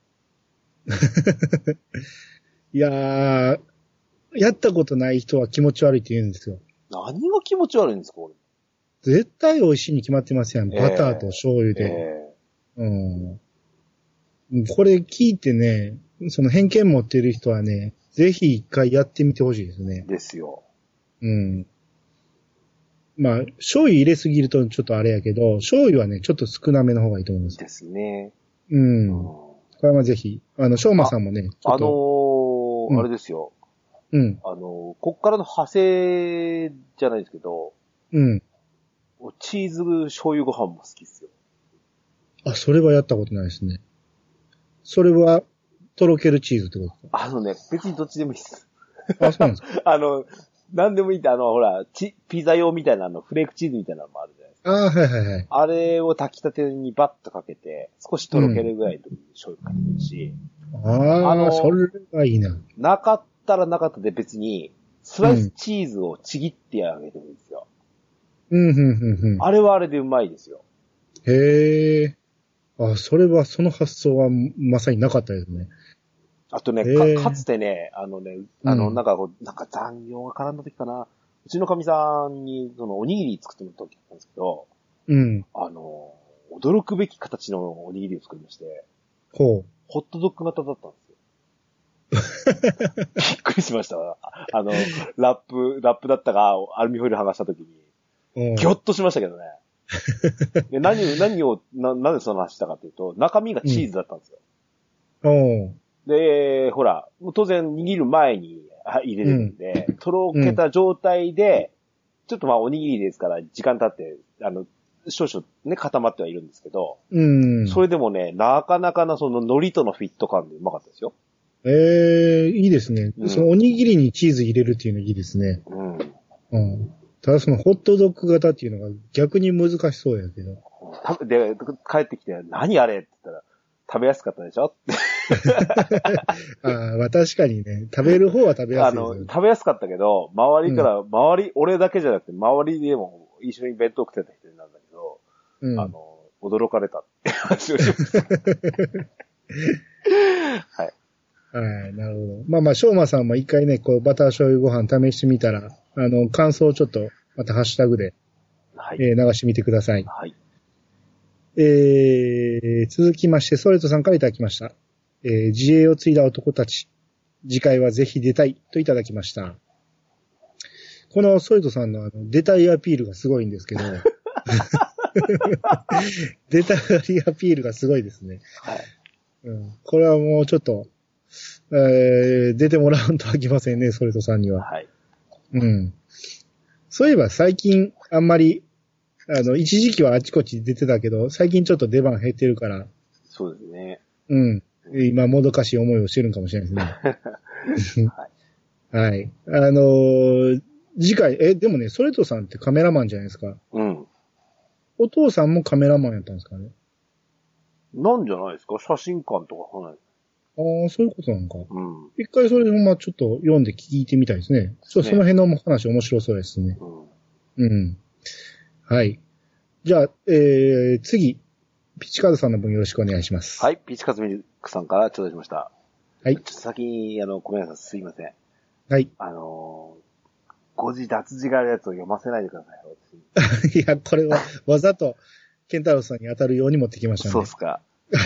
いやー、やったことない人は気持ち悪いって言うんですよ。 何が気持ち悪いんですかこれ。 絶対美味しいに決まってますやん。バターと醤油で。うん。これ聞いてね、その偏見持ってる人はね、ぜひ一回やってみてほしいですね。 ですよ。 うん。まあ、醤油入れすぎるとちょっとあれやけど、醤油はね、ちょっと少なめの方がいいと思います。 ですね。 うん。これはぜひ、しょうまさんもね、 あれですよ。 うん。 こっからの派生じゃないですけど、 うん。 チーズ醤油ご飯も好きですよ。 あ、それはやったことないですね。それは、とろけるチーズってことですか？別にどっちでもいいです。 あ、そうなんですか？ なんでもいいって、ほら、ピザ用みたいなフレークチーズみたいなのもあるじゃないですか。 ああ、はいはいはい。 あれを炊きたてにバッとかけて、少しとろけるぐらいの時に醤油かけてるし。 ああ、それがいいな。 なかったらなかったで別に、スライスチーズをちぎってあげてもいいんですよ。あれはあれでうまいですよ。 へえ。あ、それは、その発想はまさになかったですね。 あとね、かつてね、なんか残業が絡んだ時かな。うちのかみさんに、おにぎり作ってもらった時だったんですけど、 うん。 驚くべき形のおにぎりを作りまして、 ホットドッグ型だったんですよ。びっくりしました。ラップだったが、アルミホイル剥がした時に、ギョッとしましたけどね。でなんでその話したかというと、中身がチーズだったんですよ。で、ほら、当然握る前に入れるんで、とろけた状態で、ちょっとおにぎりですから時間経って、少々ね、固まってはいるんですけど、それでもね、なかなかなその海苔とのフィット感でうまかったですよ。 いいですね。そのおにぎりにチーズ入れるっていうのいいですね。ただそのホットドッグ型っていうのが逆に難しそうやけど。 で、帰ってきて、何あれって言ったら、食べやすかったでしょ確かにね、食べる方は食べやすい、 食べやすかったけど、俺だけじゃなくて、周りでも一緒に弁当食ってた人なんだけど、驚かれたって話をしました。はい。 はい、なるほど。しょうまさんも一回ね、バター醤油ご飯試してみたら、感想をちょっと、またハッシュタグで、流してみてください。 はい。 続きまして、ソレトさんからいただきました。自衛を継いだ男たち。次回はぜひ出たいといただきました。このソレトさんの出たいアピールがすごいんですけど、出たいアピールがすごいですね。 はい。 これはもうちょっと、出てもらうんとあきませんね、ソレトさんには。 はい。 そういえば最近あんまり、一時期はあちこち出てたけど、最近ちょっと出番減ってるから。 そうですね。 今、もどかしい思いをしてるかもしれないですね。はい。次回、でもね、ソレトさんってカメラマンじゃないですか。お父さんもカメラマンやったんですかね。 なんじゃないですか？写真館とか来ない。 そういうことなのか。一回それちょっと読んで聞いてみたいですね。その辺の話面白そうですね。はい。じゃあ、次、ピチカードさんの分よろしくお願いします。 はい、ピチカードミルクさんから頂戴しました。 はい。 ちょっと先に、ごめんなさい、すいません。 はい。 誤字脱字があるやつを読ませないでください。いや、これはわざと、ケンタロウさんに当たるように持ってきましたね。 そうっすか。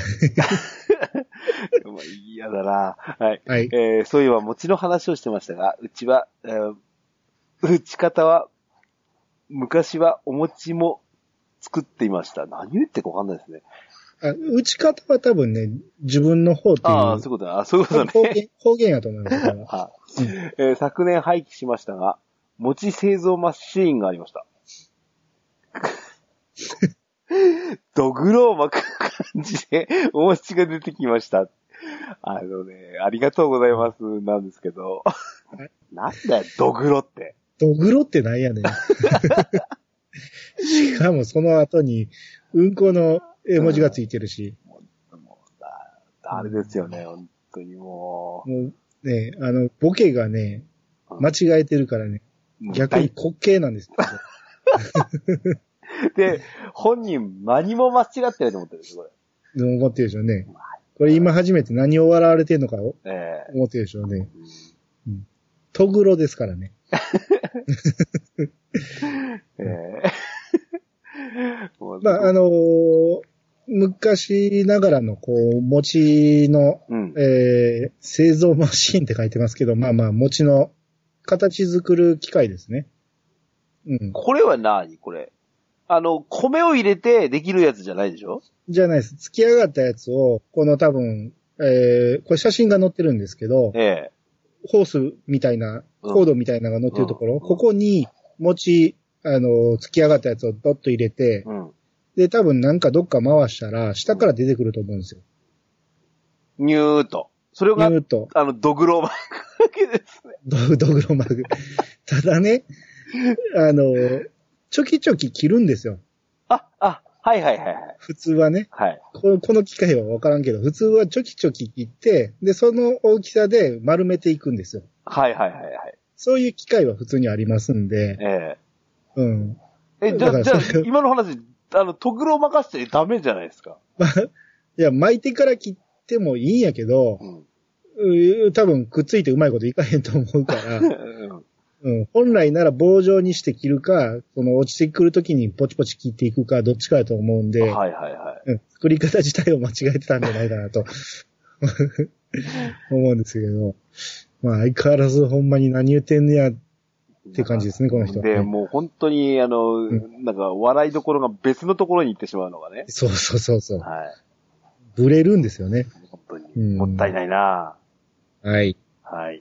嫌だな。はい。 はい。 そういえば餅の話をしてましたが、うちは、打ち方は、昔はお餅も作っていました。何言ってかわかんないですね。 打ち方は多分ね、自分の方っていう。 そういうことだ。そういうことだね。 方言やと思います。 昨年廃棄しましたが、餅製造マシーンがありました。ドグロを巻く感じでお餅が出てきました。 ありがとうございますなんですけど。なんだよ、ドグロって。 ドグロってなんやねん。しかもその後に、うんこの絵文字がついてるし。 あれですよね、本当にもう。 もうね、ボケがね、間違えてるからね、逆に滑稽なんですよ。 で、本人何も間違ってないと思ってるんですよ、これ。思ってるでしょうね。これ今初めて何を笑われてるのかを思ってるでしょうね。トグロですからね。まあ、昔ながらの、餅の、製造マシーンって書いてますけど、まあまあ、餅の形作る機械ですね。 これは何これ。米を入れてできるやつじゃないでしょ？ じゃないです。突き上がったやつを、この多分、これ写真が載ってるんですけど、ホースみたいな、コードみたいなのが載ってるところ、ここに餅、突き上がったやつをドッと入れて、で、多分なんかどっか回したら、下から出てくると思うんですよ。 ニューと。それが、 ニューと。 ドグロマークだけですね。ドグロマーク。ただね、ちょきちょき切るんですよ。 はいはいはい。 普通はね。 はい。 この機械はわからんけど、普通はちょきちょき切って、で、その大きさで丸めていくんですよ。 はいはいはいはい。 そういう機械は普通にありますんで。 じゃあ、今の話、トグロを任せてダメじゃないですか。 いや、巻いてから切ってもいいんやけど、多分くっついてうまいこといかへんと思うから、本来なら棒状にして切るか、落ちてくるときにポチポチ切っていくか、どっちかだと思うんで、作り方自体を間違えてたんじゃないかなと思うんですけど、まあ相変わらずほんまに何言ってんねやって感じですね、この人は、ね。 で、もう本当になんか笑いどころが別のところに行ってしまうのがね。 そう。ブレるんですよね。 本当に。もったいないなはい。 はい。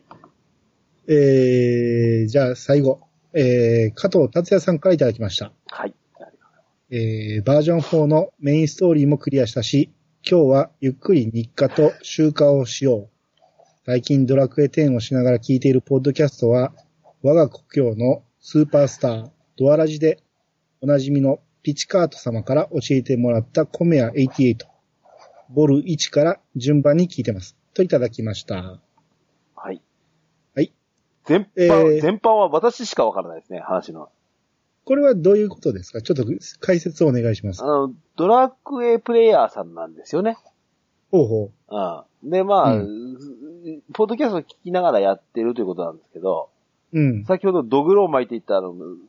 じゃあ最後、加藤達也さんからいただきました。 はい。 バージョン4のメインストーリーもクリアしたし、今日はゆっくり日課と習慣をしよう。最近ドラクエ10をしながら聞いているポッドキャストは、我が故郷のスーパースター、ドアラジでおなじみのピチカート様から教えてもらったコメア88、ボル1から順番に聞いてます。といただきました。 はい。 はい。 全般は私しかわからないですね、話の。 これはどういうことですか？ちょっと解説をお願いします。 ドラクエプレイヤーさんなんですよね。 ほう。 で、まあ、ポッドキャストを聞きながらやってるということなんですけど、先ほどドグロを巻いていった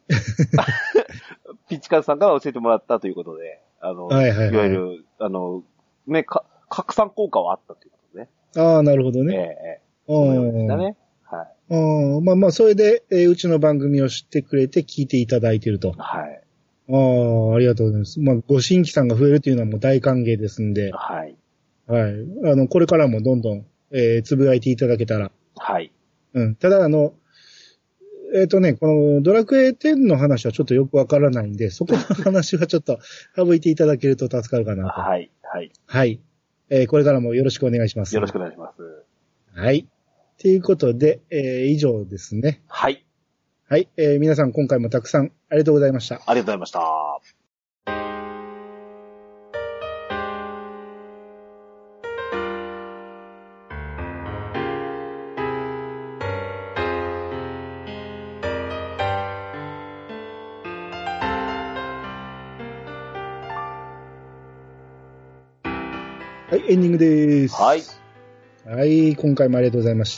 ピッチカーさんから教えてもらったということで、いわゆる、ね、拡散効果はあったということでね。 なるほどね。 そうでしたね。はい。 まあ、それで、うちの番組を知ってくれて聞いていただいていると。 はい。 ありがとうございます。まあ、ご新規さんが増えるというのはもう大歓迎ですんで。 はい。 はい。これからもどんどん、つぶやいていただけたら。 はい。 ただこのドラクエ10の話はちょっとよくわからないんで、そこの話はちょっと省いていただけると助かるかなと。 はい。はい。 はい。これからもよろしくお願いします。 よろしくお願いします。 はい。ということで、以上ですね。 はい。 はい。皆さん今回もたくさんありがとうございました。 ありがとうございました。 はい、エンディングです。 はい。 はい、今回もありがとうございました。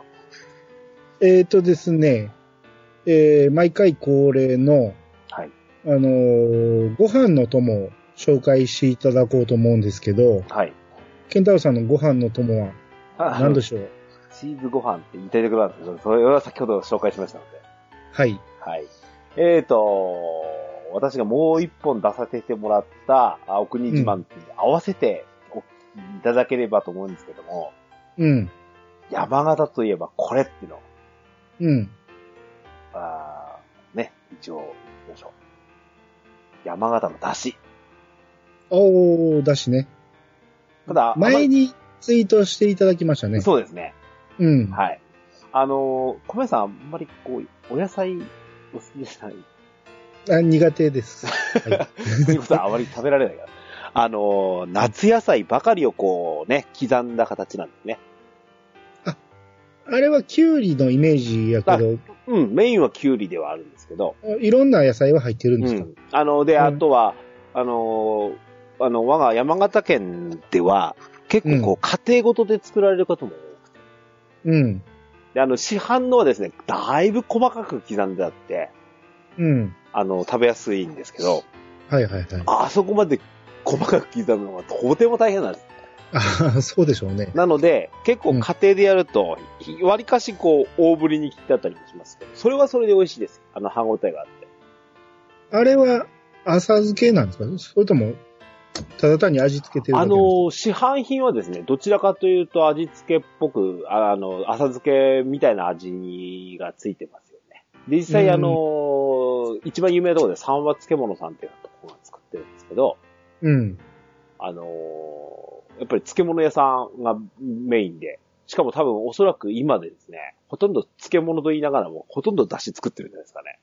ですね、毎回恒例の、 はい。 ご飯の友を紹介していただこうと思うんですけど、 はい。 ケンタロウさんのご飯の友は何でしょう？ チーズご飯って言いたいところなんですけど、それは先ほど紹介しましたので。 はい。 はい。私がもう一本出させてもらったお国自慢って合わせていただければと思うんですけども、山形といえばこれっていうの。ね、一応、どうでしょう。山形の出汁。 出汁ね。 ただ、 前にツイートしていただきましたね。 そうですね。 うん。 はい。米さんあんまりお野菜お好きじゃない？ 苦手です。 はい。ということはあまり食べられないから。夏野菜ばかりを刻んだ形なんですね。 あれはキュウリのイメージやけど。 うん、メインはキュウリではあるんですけど。 いろんな野菜は入ってるんですか？ あとは、我が山形県では、結構家庭ごとで作られることも多くて。 うん。 で、市販のはですね、だいぶ細かく刻んであって、 うん。 食べやすいんですけど、 はいはいはい。 あそこまで細かく刻むのがとても大変なんです。 そうでしょうね。 なので、結構家庭でやると、割かし大ぶりに切ってあったりもしますけど、それはそれで美味しいです。歯応えがあって。 あれは、浅漬けなんですか？それとも、ただ単に味付けてるだけなんですか？ 市販品はですね、どちらかというと味付けっぽく、浅漬けみたいな味がついてますよね。で、実際一番有名なところで三和漬物さんっていうところが作ってるんですけど、 うん。 やっぱり漬物屋さんがメインで、しかも多分おそらく今でですね、ほとんど漬物と言いながらも、ほとんど出汁作ってるんじゃないですかね。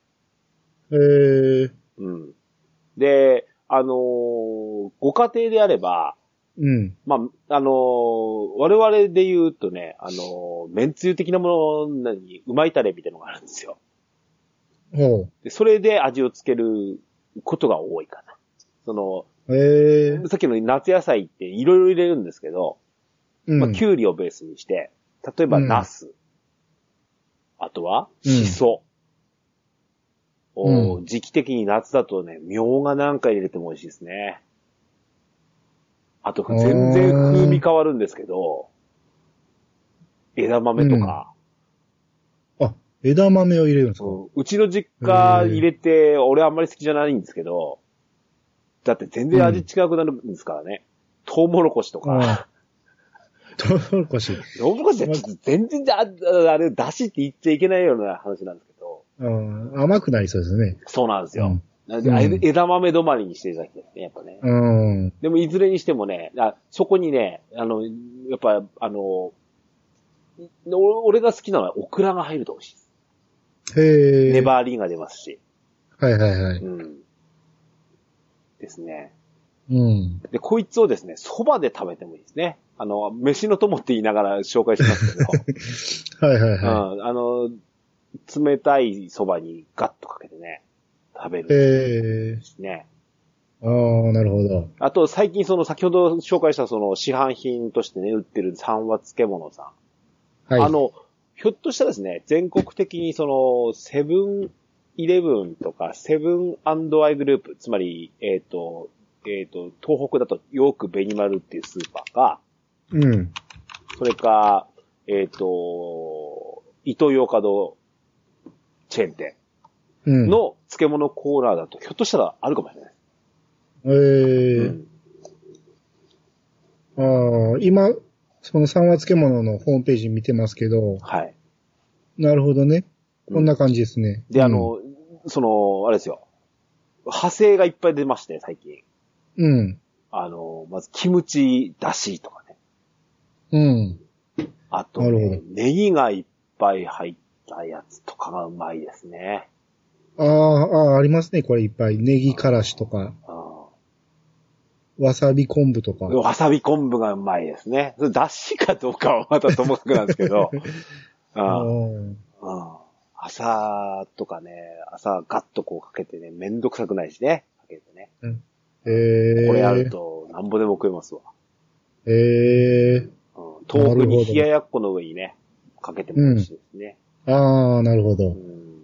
うん。で、ご家庭であれば、 うん。 まあ、我々で言うとね、麺つゆ的なものにうまいタレみたいなのがあるんですよ。でそれで味をつけることが多いかな。さっきの夏野菜っていろいろ入れるんですけど、まあ、キュウリをベースにして、例えばナス、あとはシソ、時期的に夏だとね、みょうがなんか入れても美味しいですね。あと全然風味変わるんですけど、枝豆とか。 枝豆を入れるんですか？ うちの実家入れて、俺あんまり好きじゃないんですけど、だって全然味違くなるんですからね。トウモロコシとか。 トウモロコシって全然あれ、出汁って言っちゃいけないような話なんですけど。 甘くなりそうですね。 そうなんですよ。枝豆止まりにしていただきたいですね、やっぱね。でもいずれにしてもね、そこにね、やっぱ、俺が好きなのはオクラが入ると美味しいです。粘りが出ますし。 はいはいはい。 ですね。 うん。 で、こいつをですね、蕎麦で食べてもいいですね。飯の友って言いながら紹介しますけど。 はいはいはい。冷たい蕎麦にガッとかけてね、食べるですね。 なるほど。 あと、最近先ほど紹介した市販品としてね、売ってる三和漬物さん。はい。ひょっとしたらですね、全国的にセブンイレブンとか、セブン&アイグループ、つまり、東北だとヨークベニマルっていうスーパーが、それか、イトーヨーカドーチェーン店の漬物コーナーだと、ひょっとしたらあるかもしれない。 今、その三和漬物のホームページ見てますけど、はい。なるほどね。こんな感じですね。 で、あれですよ。派生がいっぱい出まして、最近。まず、キムチだしとかね。あと、ネギがいっぱい入ったやつとかがうまいですね。 ありますね、これいっぱい。ネギからしとか。わさび昆布とか。 わさび昆布がうまいですね。それだしかどうかはまたともかくなんですけど。朝とかね、朝ガッとかけてね、めんどくさくないしね。かけてね。これあると、なんぼでも食えますわ。豆腐に冷ややっこの上にね、かけても美味しいですね。 なるほど。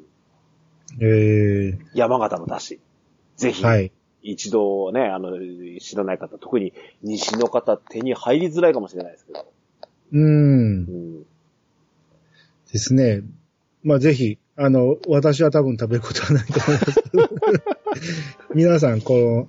山形のだし。ぜひ。はい。一度ね、知らない方、特に西の方、手に入りづらいかもしれないですけど。 ですね。まあ、ぜひ、私は多分食べることはないと思いますけど。皆さん、評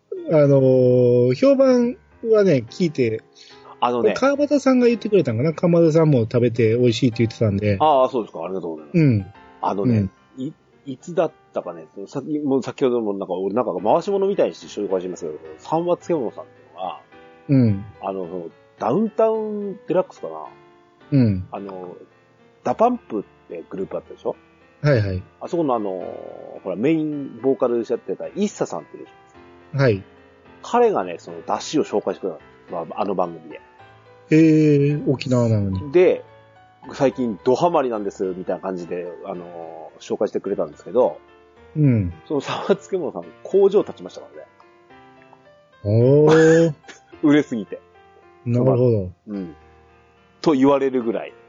判はね、聞いて、川端さんが言ってくれたんかな？川端さんも食べて美味しいって言ってたんで。 そうですか。ありがとうございます。いつだったかね、先ほども俺回し物みたいにして紹介しますけど、三和漬物さんっていうのは、 ダウンタウンデラックスかな。 うん。 ダパンプってグループあったでしょ。 はいはい。 あそこのほら、メインボーカルでやってたイッサさんっていうでしょ。はい。 彼がね、その出汁を紹介してくれたあの番組で。 沖縄なのに。 で、最近ドハマりなんです、みたいな感じで、紹介してくれたんですけど、 うん。 その沢漬物さん、工場立ちましたからね。 おー。 売れすぎて。 なるほど。 うん。と言われるぐらい。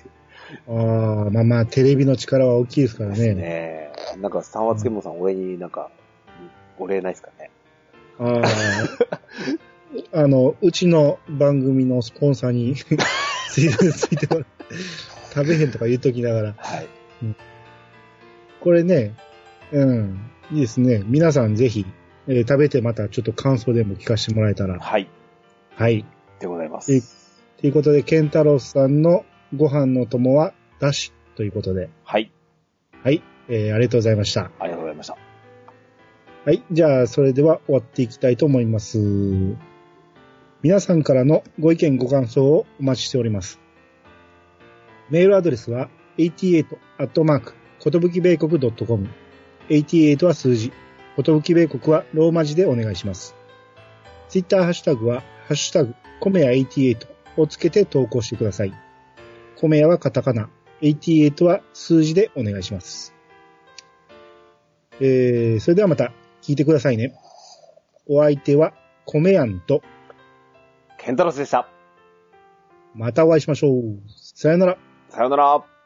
まあ、テレビの力は大きいですからね。ですね。なんか、沢漬物さん、俺になんか、お礼ないですかね。 うちの番組のスポンサーについてもらって、食べへんとか言っときながら。 はい。 うん、これね、いいですね。皆さんぜひ、食べてまたちょっと感想でも聞かせてもらえたら。 はい。 はい。 でございます。 ということで、ケンタロウさんのご飯の友は、だしということで。 はい。 はい。ありがとうございました。 ありがとうございました。 はい。じゃあ、それでは終わっていきたいと思います。皆さんからのご意見ご感想をお待ちしております。メールアドレスは 88@kotobukibeikoku.com 88は数字、ことぶき米国はローマ字でお願いします。ツイッターハッシュタグはハッシュタグコメヤ88をつけて投稿してください。コメヤはカタカナ、88は数字でお願いします。それではまた聞いてくださいね。お相手はコメヤンとケンタロスでした。 またお会いしましょう。さよなら。 さよなら。